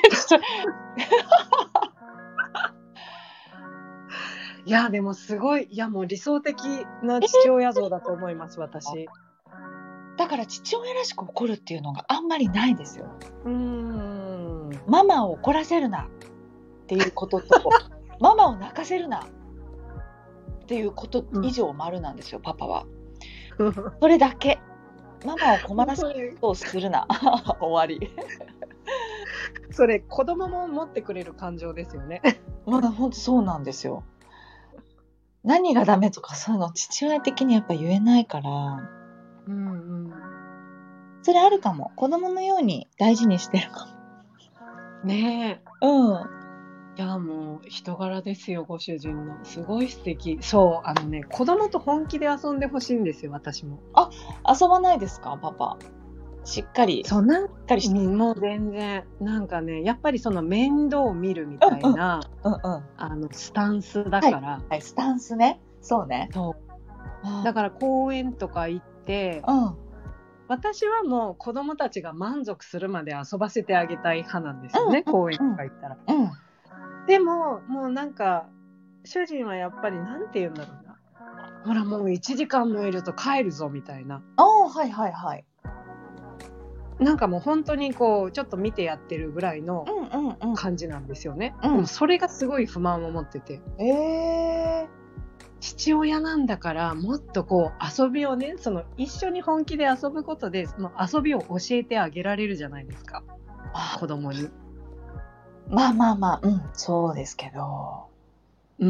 いやでもすごい、いやもう理想的な父親像だと思います私。 だから父親らしく怒るっていうのがあんまりないですよ。 うーんママを怒らせるなっていうこととママを泣かせるなっていうこと以上丸なんですよ、パパは。それだけ。ママを困らせることをするな終わり。 それ子供も持ってくれる感情ですよね。 まだ本当そうなんですよ。何がダメとかそういうの父親的にやっぱ言えないから、 うんうんそれあるかも。子供のように大事にしてるかねえ。 も。うん。 いやもう人柄ですよご主人の。すごい素敵。そうあのね子供と本気で遊んでほしいんですよ私も。 遊ばないですかパパ。しっかりしそうなんっかりして。 もう全然なんかねやっぱりその面倒を見るみたいな、 うんうん。 あのスタンスだから、 はい、スタンスね。そうね。 そうだから公園とか行ってうん。 私はもう子供たちが満足するまで遊ばせてあげたい派なんですよね、 うん公園とか行ったら。 うん。 でももうなんか主人はやっぱりなんて言うんだろうな、ほらもういちじかんもいると帰るぞみたいな、 ああ、はいはいはい。 なんかもう本当にこうちょっと見てやってるぐらいのうんうんうん。 感じなんですよね、 うんでもそれがすごい不満を持ってて、 え父親なんだからもっとこう遊びをねその一緒に本気で遊ぶことでその遊びを教えてあげられるじゃないですかー、 子供に。 まあまあまあ、うん、そうですけど。 うん、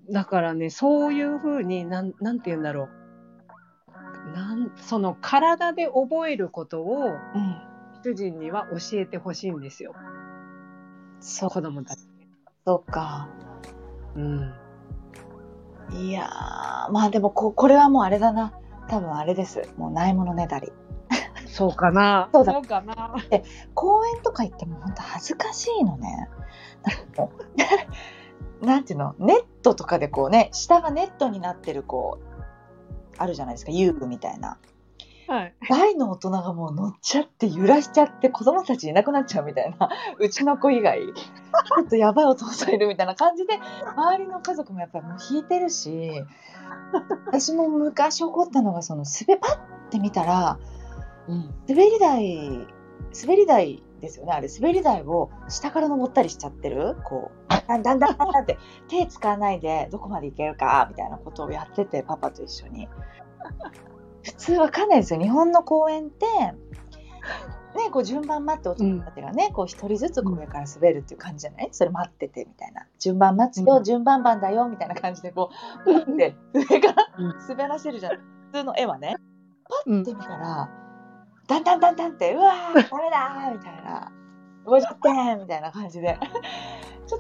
だからねそういう風になんなんて言うんだろう、なんその体で覚えることをうん。 主人には教えてほしいんですよそう、 子供たち。 そうか。 うんいやー、まあでもこ、これはもうあれだな。多分あれです。もうないものねだり。 そうかなそうだそうかな公園とか行っても本当恥ずかしいのね。なんかもうなんていうの、ネットとかでこうね、下がネットになってるこう、あるじゃないですか、遊具みたいな。 はい大の大人がもう乗っちゃって揺らしちゃって子供たちいなくなっちゃうみたいな、うちの子以外ちょっとやばいお父さんいるみたいな感じで周りの家族もやっぱりもう引いてるし、私も昔起こったのがその滑パッて見たらうん滑り台滑り台ですよね、あれ滑り台を下から登ったりしちゃってる、こうだんだんだんだんだんって手使わないでどこまで行けるかみたいなことをやってて、パパと一緒に。普通わかんないですよ。日本の公園ってね、こう順番待って大人たちがね、こう一人ずつこう上から滑るっていう感じじゃない？それ待っててみたいな。順番待つよ、 うん順番番だよみたいな感じでこう待って上から滑らせるじゃん。普通の絵はね。パッて見たら、だんだんだんだんって、うわーダメだーみたいな。ごじゅってんみたいな感じで。ちょっと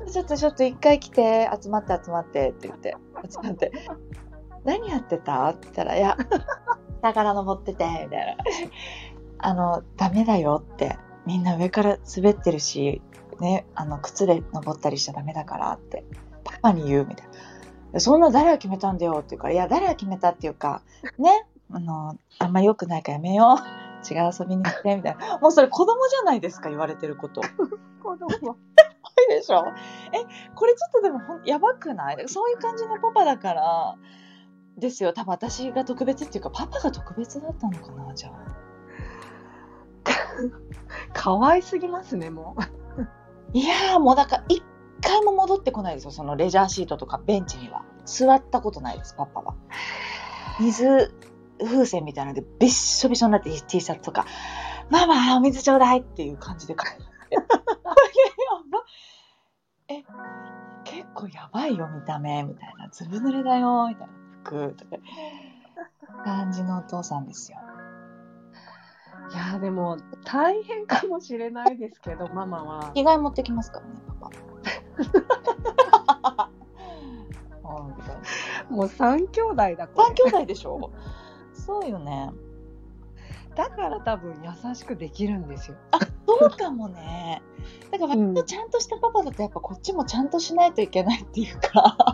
ちょっとちょっと一回来て、集まって集まってって言って、集まって、何やってたって言ったら、いや、宝登ってて、みたいな。あの、ダメだよって。みんな上から滑ってるし、ね、あの、靴で登ったりしちゃダメだからって、パパに言うみたいな。そんな誰が決めたんだよっていうから、いや、誰が決めたっていうか、ね、あの、あんま良くないからやめよう。違う遊びに行って、みたいな。もうそれ子供じゃないですか、言われてること。 子供でしょ。え、これちょっとでもほんやばくない？そういう感じのパパだからですよ。多分私が特別っていうか、パパが特別だったのかな、じゃあ。 可愛すぎますね、もう。 いやー、もうだから一回も戻ってこないですよ。そのレジャーシートとかベンチには座ったことないです、パパは。水風船みたいなのでびっしょびしょになって T シャツとか、ママお水ちょうだいっていう感じで帰ってえ、結構やばいよ見た目みたいな、ずぶ濡れだよみたいな服とか感じのお父さんですよ。 いやでも大変かもしれないですけど、ママは着替え持ってきますからね、パパ。 もう三兄弟だこれ。 三兄弟でしょ。そうよね。 だから多分優しくできるんですよ。 あ、そうかもね。だから割とちゃんとしたパパだとやっぱこっちもちゃんとしないといけないっていうか。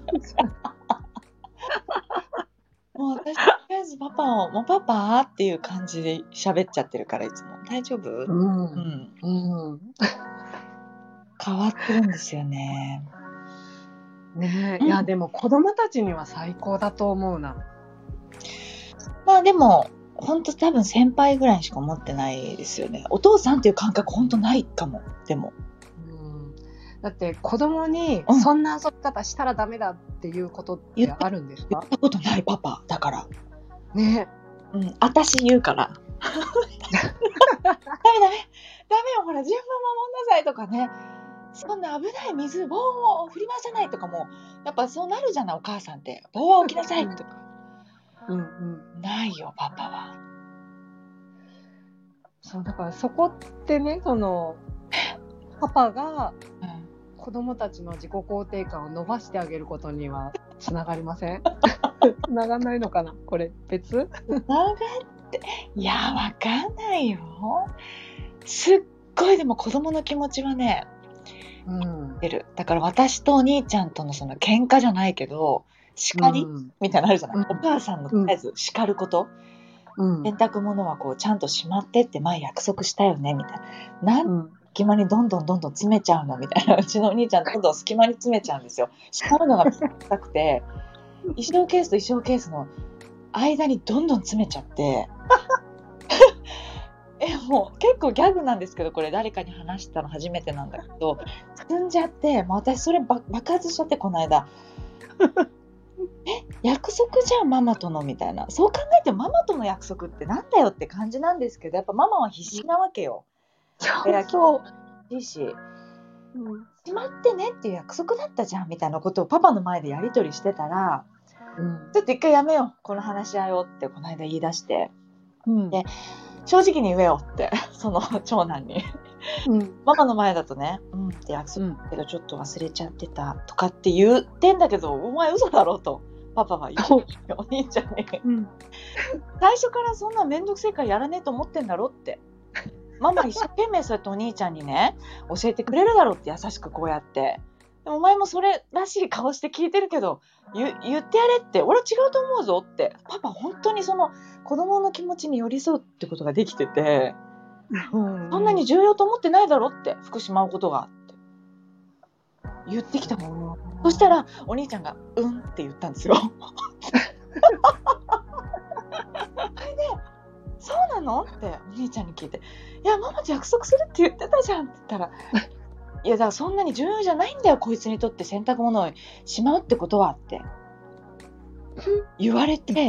もう私とりあえずパパをもうパパっていう感じで喋っちゃってるから、いつも大丈夫？ うんうんうん。 変わってるんですよね。 ねえ、 うんいやでも子供たちには最高だと思うな。 まあでも本当多分先輩ぐらいしか思ってないですよね。お父さんっていう感覚本当ないかも。でも、 うん、だって子供にうんそんな遊び方したらダメだっていうことってあるんですか言っ？たことないパパだから。 ねうん、私言うから。ダメダメダメよ、ほら順番守んなさいとかね。そんな危ない水棒を振り回さないとかもやっぱそうなるじゃない、お母さんって。棒は置きなさいとか。 うんうんないよパパは。 そうだからそこってね、そのパパがうん、 子供たちの自己肯定感を伸ばしてあげることにはつながりません？つながんないのかな、これ別？ なんかっていやわかんないよ。すっごいでも子供の気持ちはねうん出る。だから私とお兄ちゃんとのその喧嘩じゃないけど叱り、 うんみたいなのあるじゃない、 うんお母さんのとりあえず叱ること、 うん洗濯物はこうちゃんとしまってって前約束したよねみたいな。なんうん隙間にどんどんどんどん詰めちゃうのみたいな。うちのお兄ちゃんどんどん隙間に詰めちゃうんですよ。しまうのがめんどくさくて衣装ケースと衣装ケースの間にどんどん詰めちゃってえもう結構ギャグなんですけど、これ誰かに話したの初めてなんだけど、積んじゃって、もう私それば爆発しちゃって、この間え約束じゃんママとのみたいな。そう考えてママとの約束ってなんだよって感じなんですけど、やっぱママは必死なわけよ。 そうそう、 いいし、 うんしまってねっていう約束だったじゃんみたいなことをパパの前でやり取りしてたら、 うんちょっと一回やめようこの話し合いをってこの間言い出して、 うんで正直に言えよってその長男にうんママの前だとね、うんって約束だけどちょっと忘れちゃってたとかって言ってんだけど、お前嘘だろとパパは言うお兄ちゃんにうん最初からそんなめんどくせえからやらねえと思ってんだろって、ママ一生懸命そうやってお兄ちゃんにね教えてくれるだろって優しくこうやって、でもお前もそれらしい顔して聞いてるけど言, 言ってやれって、俺は違うと思うぞって、パパ本当にその子供の気持ちに寄り添うってことができてて、 うんそんなに重要と思ってないだろって服しまうことがって言ってきたの。そしたらお兄ちゃんがうんって言ったんですよ。それでそうなのってお兄ちゃんに聞いて、いやママと約束するって言ってたじゃんって言ったら、いやだからそんなに重要じゃないんだよこいつにとって洗濯物をしまうってことはって言われて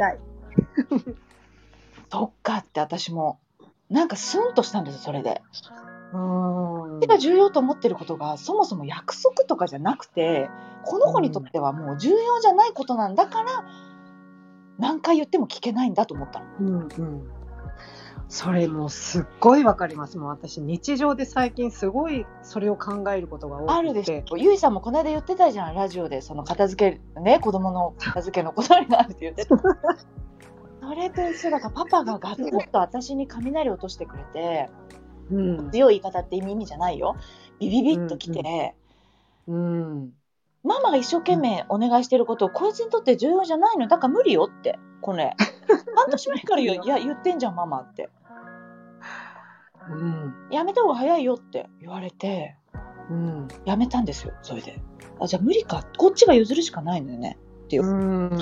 そっかって私もなんかスンとしたんですよ。それでうん私が重要と思ってることがそもそも約束とかじゃなくて、この子にとってはもう重要じゃないことなんだから何回言っても聞けないんだと思ったの。 うんうん、 それもすっごいわかります。もう私日常で最近すごいそれを考えることが多くて。 あるでしょ。ゆいさんもこの間言ってたじゃん、ラジオで、その片付けね、子供の片付けのことになるって言ってた。それと一緒だから、パパがガツッと私に雷落としてくれて、 うん、 強い言い方って意味じゃないよ。ビビビッときて、 うんうん、 ママが一生懸命お願いしてることをこいつにとって重要じゃないのだから無理よって、これ半年前から言, いや言ってんじゃんママって、 うん、 やめた方が早いよって言われて、 うん、 やめたんですよ。それで、あ、じゃあ無理か、こっちが譲るしかないのよねっていう、 うん、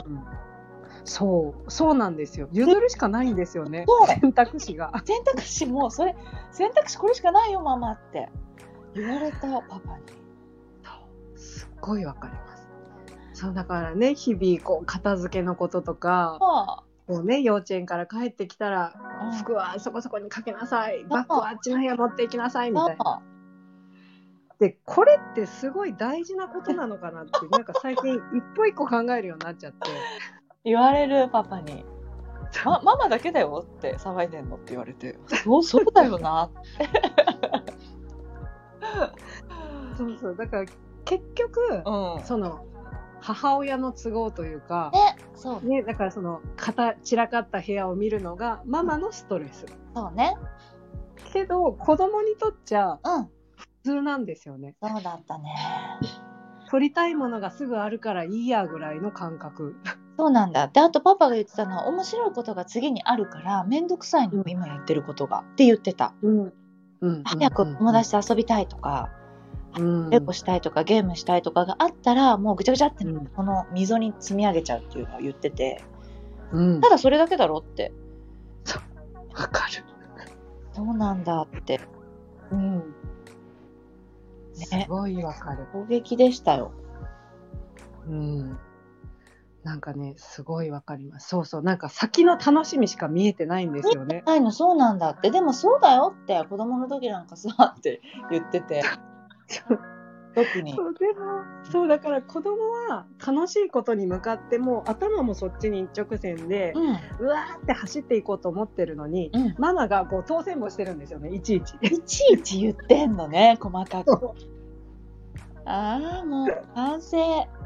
そうそうなんですよ。譲るしかないんですよね。 そう選択肢が。 選択肢もそれ、選択肢これしかないよママって言われたパパに。 すっごいわかります。そうだからね、日々こう片付けのこととか、 あこうね、幼稚園から帰ってきたら、 うん、 服はそこそこにかけなさい、バッグはあっちの部屋持っていきなさいみたいな。 あでこれってすごい大事なことなのかなってなんか最近一歩一個考えるようになっちゃって。 言われるパパに、ま、ママだけだよって騒いでんのって言われて、そうそうだよなってそうそう、だから結局、 うん、 その母親の都合というか、 ね、そうね、だからその片散らかった部屋を見るのがママのストレス。 そうね、 けど子供にとっちゃうん、 普通なんですよね。 そうだったね。 取りたいものがすぐあるからいいやぐらいの感覚。 そうなんだ。で、あとパパが言ってたのは、面白いことが次にあるからめんどくさいの、今やってることがって言ってた。 うんうん、 早く友達と遊びたいとか、 うん、 レゴしたいとかゲームしたいとかがあったらもうぐちゃぐちゃってうんこの溝に積み上げちゃうっていうのを言ってて、 うん、 ただそれだけだろって。 わかる。 そうなんだって、 うん、 ね、 すごいわかる。 衝撃でしたよ。 うん、なんかね、すごいわかります。そうそう、なんか先の楽しみしか見えてないんですよね。 ないの、そうなんだって。でもそうだよって子供の時なんかさって言ってて特にそうでもそうだから子供は楽しいことに向かっても頭もそっちに一直線で、 うん、 うわーって走っていこうと思ってるのに、 うん、 ママがこう当選簿してるんですよね、いちいちいちいち言ってんのね、細かく。ああ、もう完成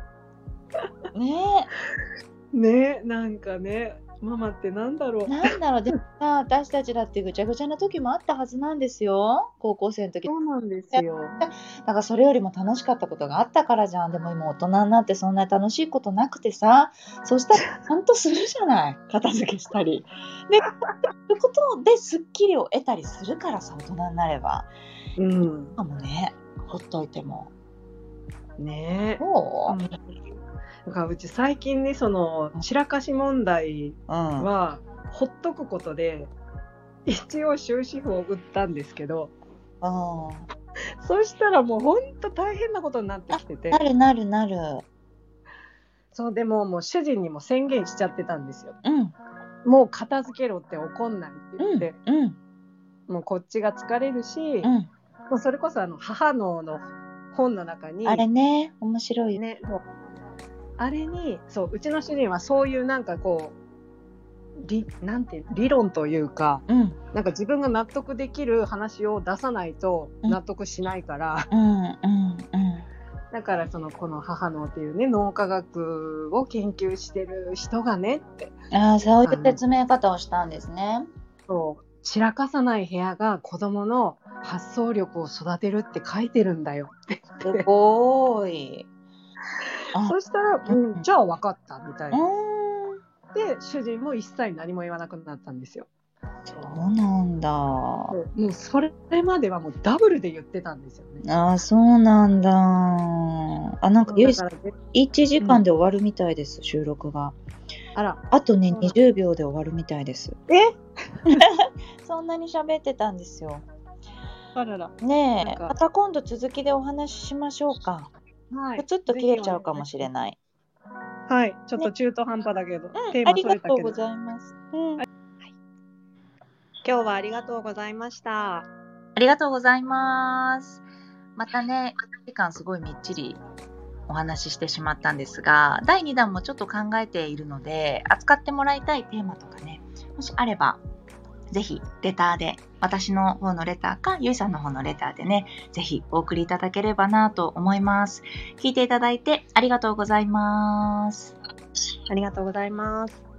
ねえねえ、なんかね、ママってなんだろう。 なんだろう、でもさ、私たちだってぐちゃぐちゃな時もあったはずなんですよ、高校生の時。 そうなんですよ。 だからそれよりも楽しかったことがあったからじゃん。でも今大人になってそんなに楽しいことなくてさ、そしたらちゃんとするじゃない、片付けしたりで、そういうことでスッキリを得たりするからさ、大人になれば。 うんかもね、ほっといてもねえ、 そう、 だからうち最近ね、その散らかし問題うん、 はほっとくことで一応終止符を打ったんですけど、 うん、 そしたらもうほんと大変なことになってきてて、 なるなるなる、 そうでももう主人にも宣言しちゃってたんですよ。 うん、 もう片付けろって怒んないって言って、 うん、うん、 もうこっちが疲れるし、 うん、 もうそれこそあの母のの本の中にあれね、面白いね、もうあれにそううちの主人はそういうなんかこう理なんていう理論というか、 うん、 なんか自分が納得できる話を出さないと納得しないから、 うん、うん、うん、 だからそのこの母のっていうね脳科学を研究してる人がねって、 ああ、そういう説明方をしたんですね。 そう散らかさない部屋が子供の発想力を育てるって書いてるんだよって言って、 すごーい。あ、 そしたら、うん、じゃあ分かったみたいうな。 ーん、 で主人も一切何も言わなくなったんですよ。 そうなんだ。 もうそれまではもうダブルで言ってたんですよね。 ああ、そうなんだ。あ、なんかゆいだからね、 いちじかんで終わるみたいです、収録が。 あら、 あとね、 そうなんだにじゅうびょうで終わるみたいです。 えそんなに喋ってたんですよ。 あらら、 ねえ、 なんかまた今度続きでお話ししましょうか。 はい、 プツッと切れちゃうかもしれない。 はい、ちょっと中途半端だけど、 うん、 テーマありがそれたけど、 とうございます。うん、 今日はありがとうございました。 ありがとうございます。またね、いちじかんすごいみっちりお話ししてしまったんですが、だいにだんもちょっと考えているので、扱ってもらいたいテーマとかね、もしあればぜひレターで、私の方のレターかゆいさんの方のレターでね、ぜひお送りいただければなと思います。聞いていただいてありがとうございます。 ありがとうございます。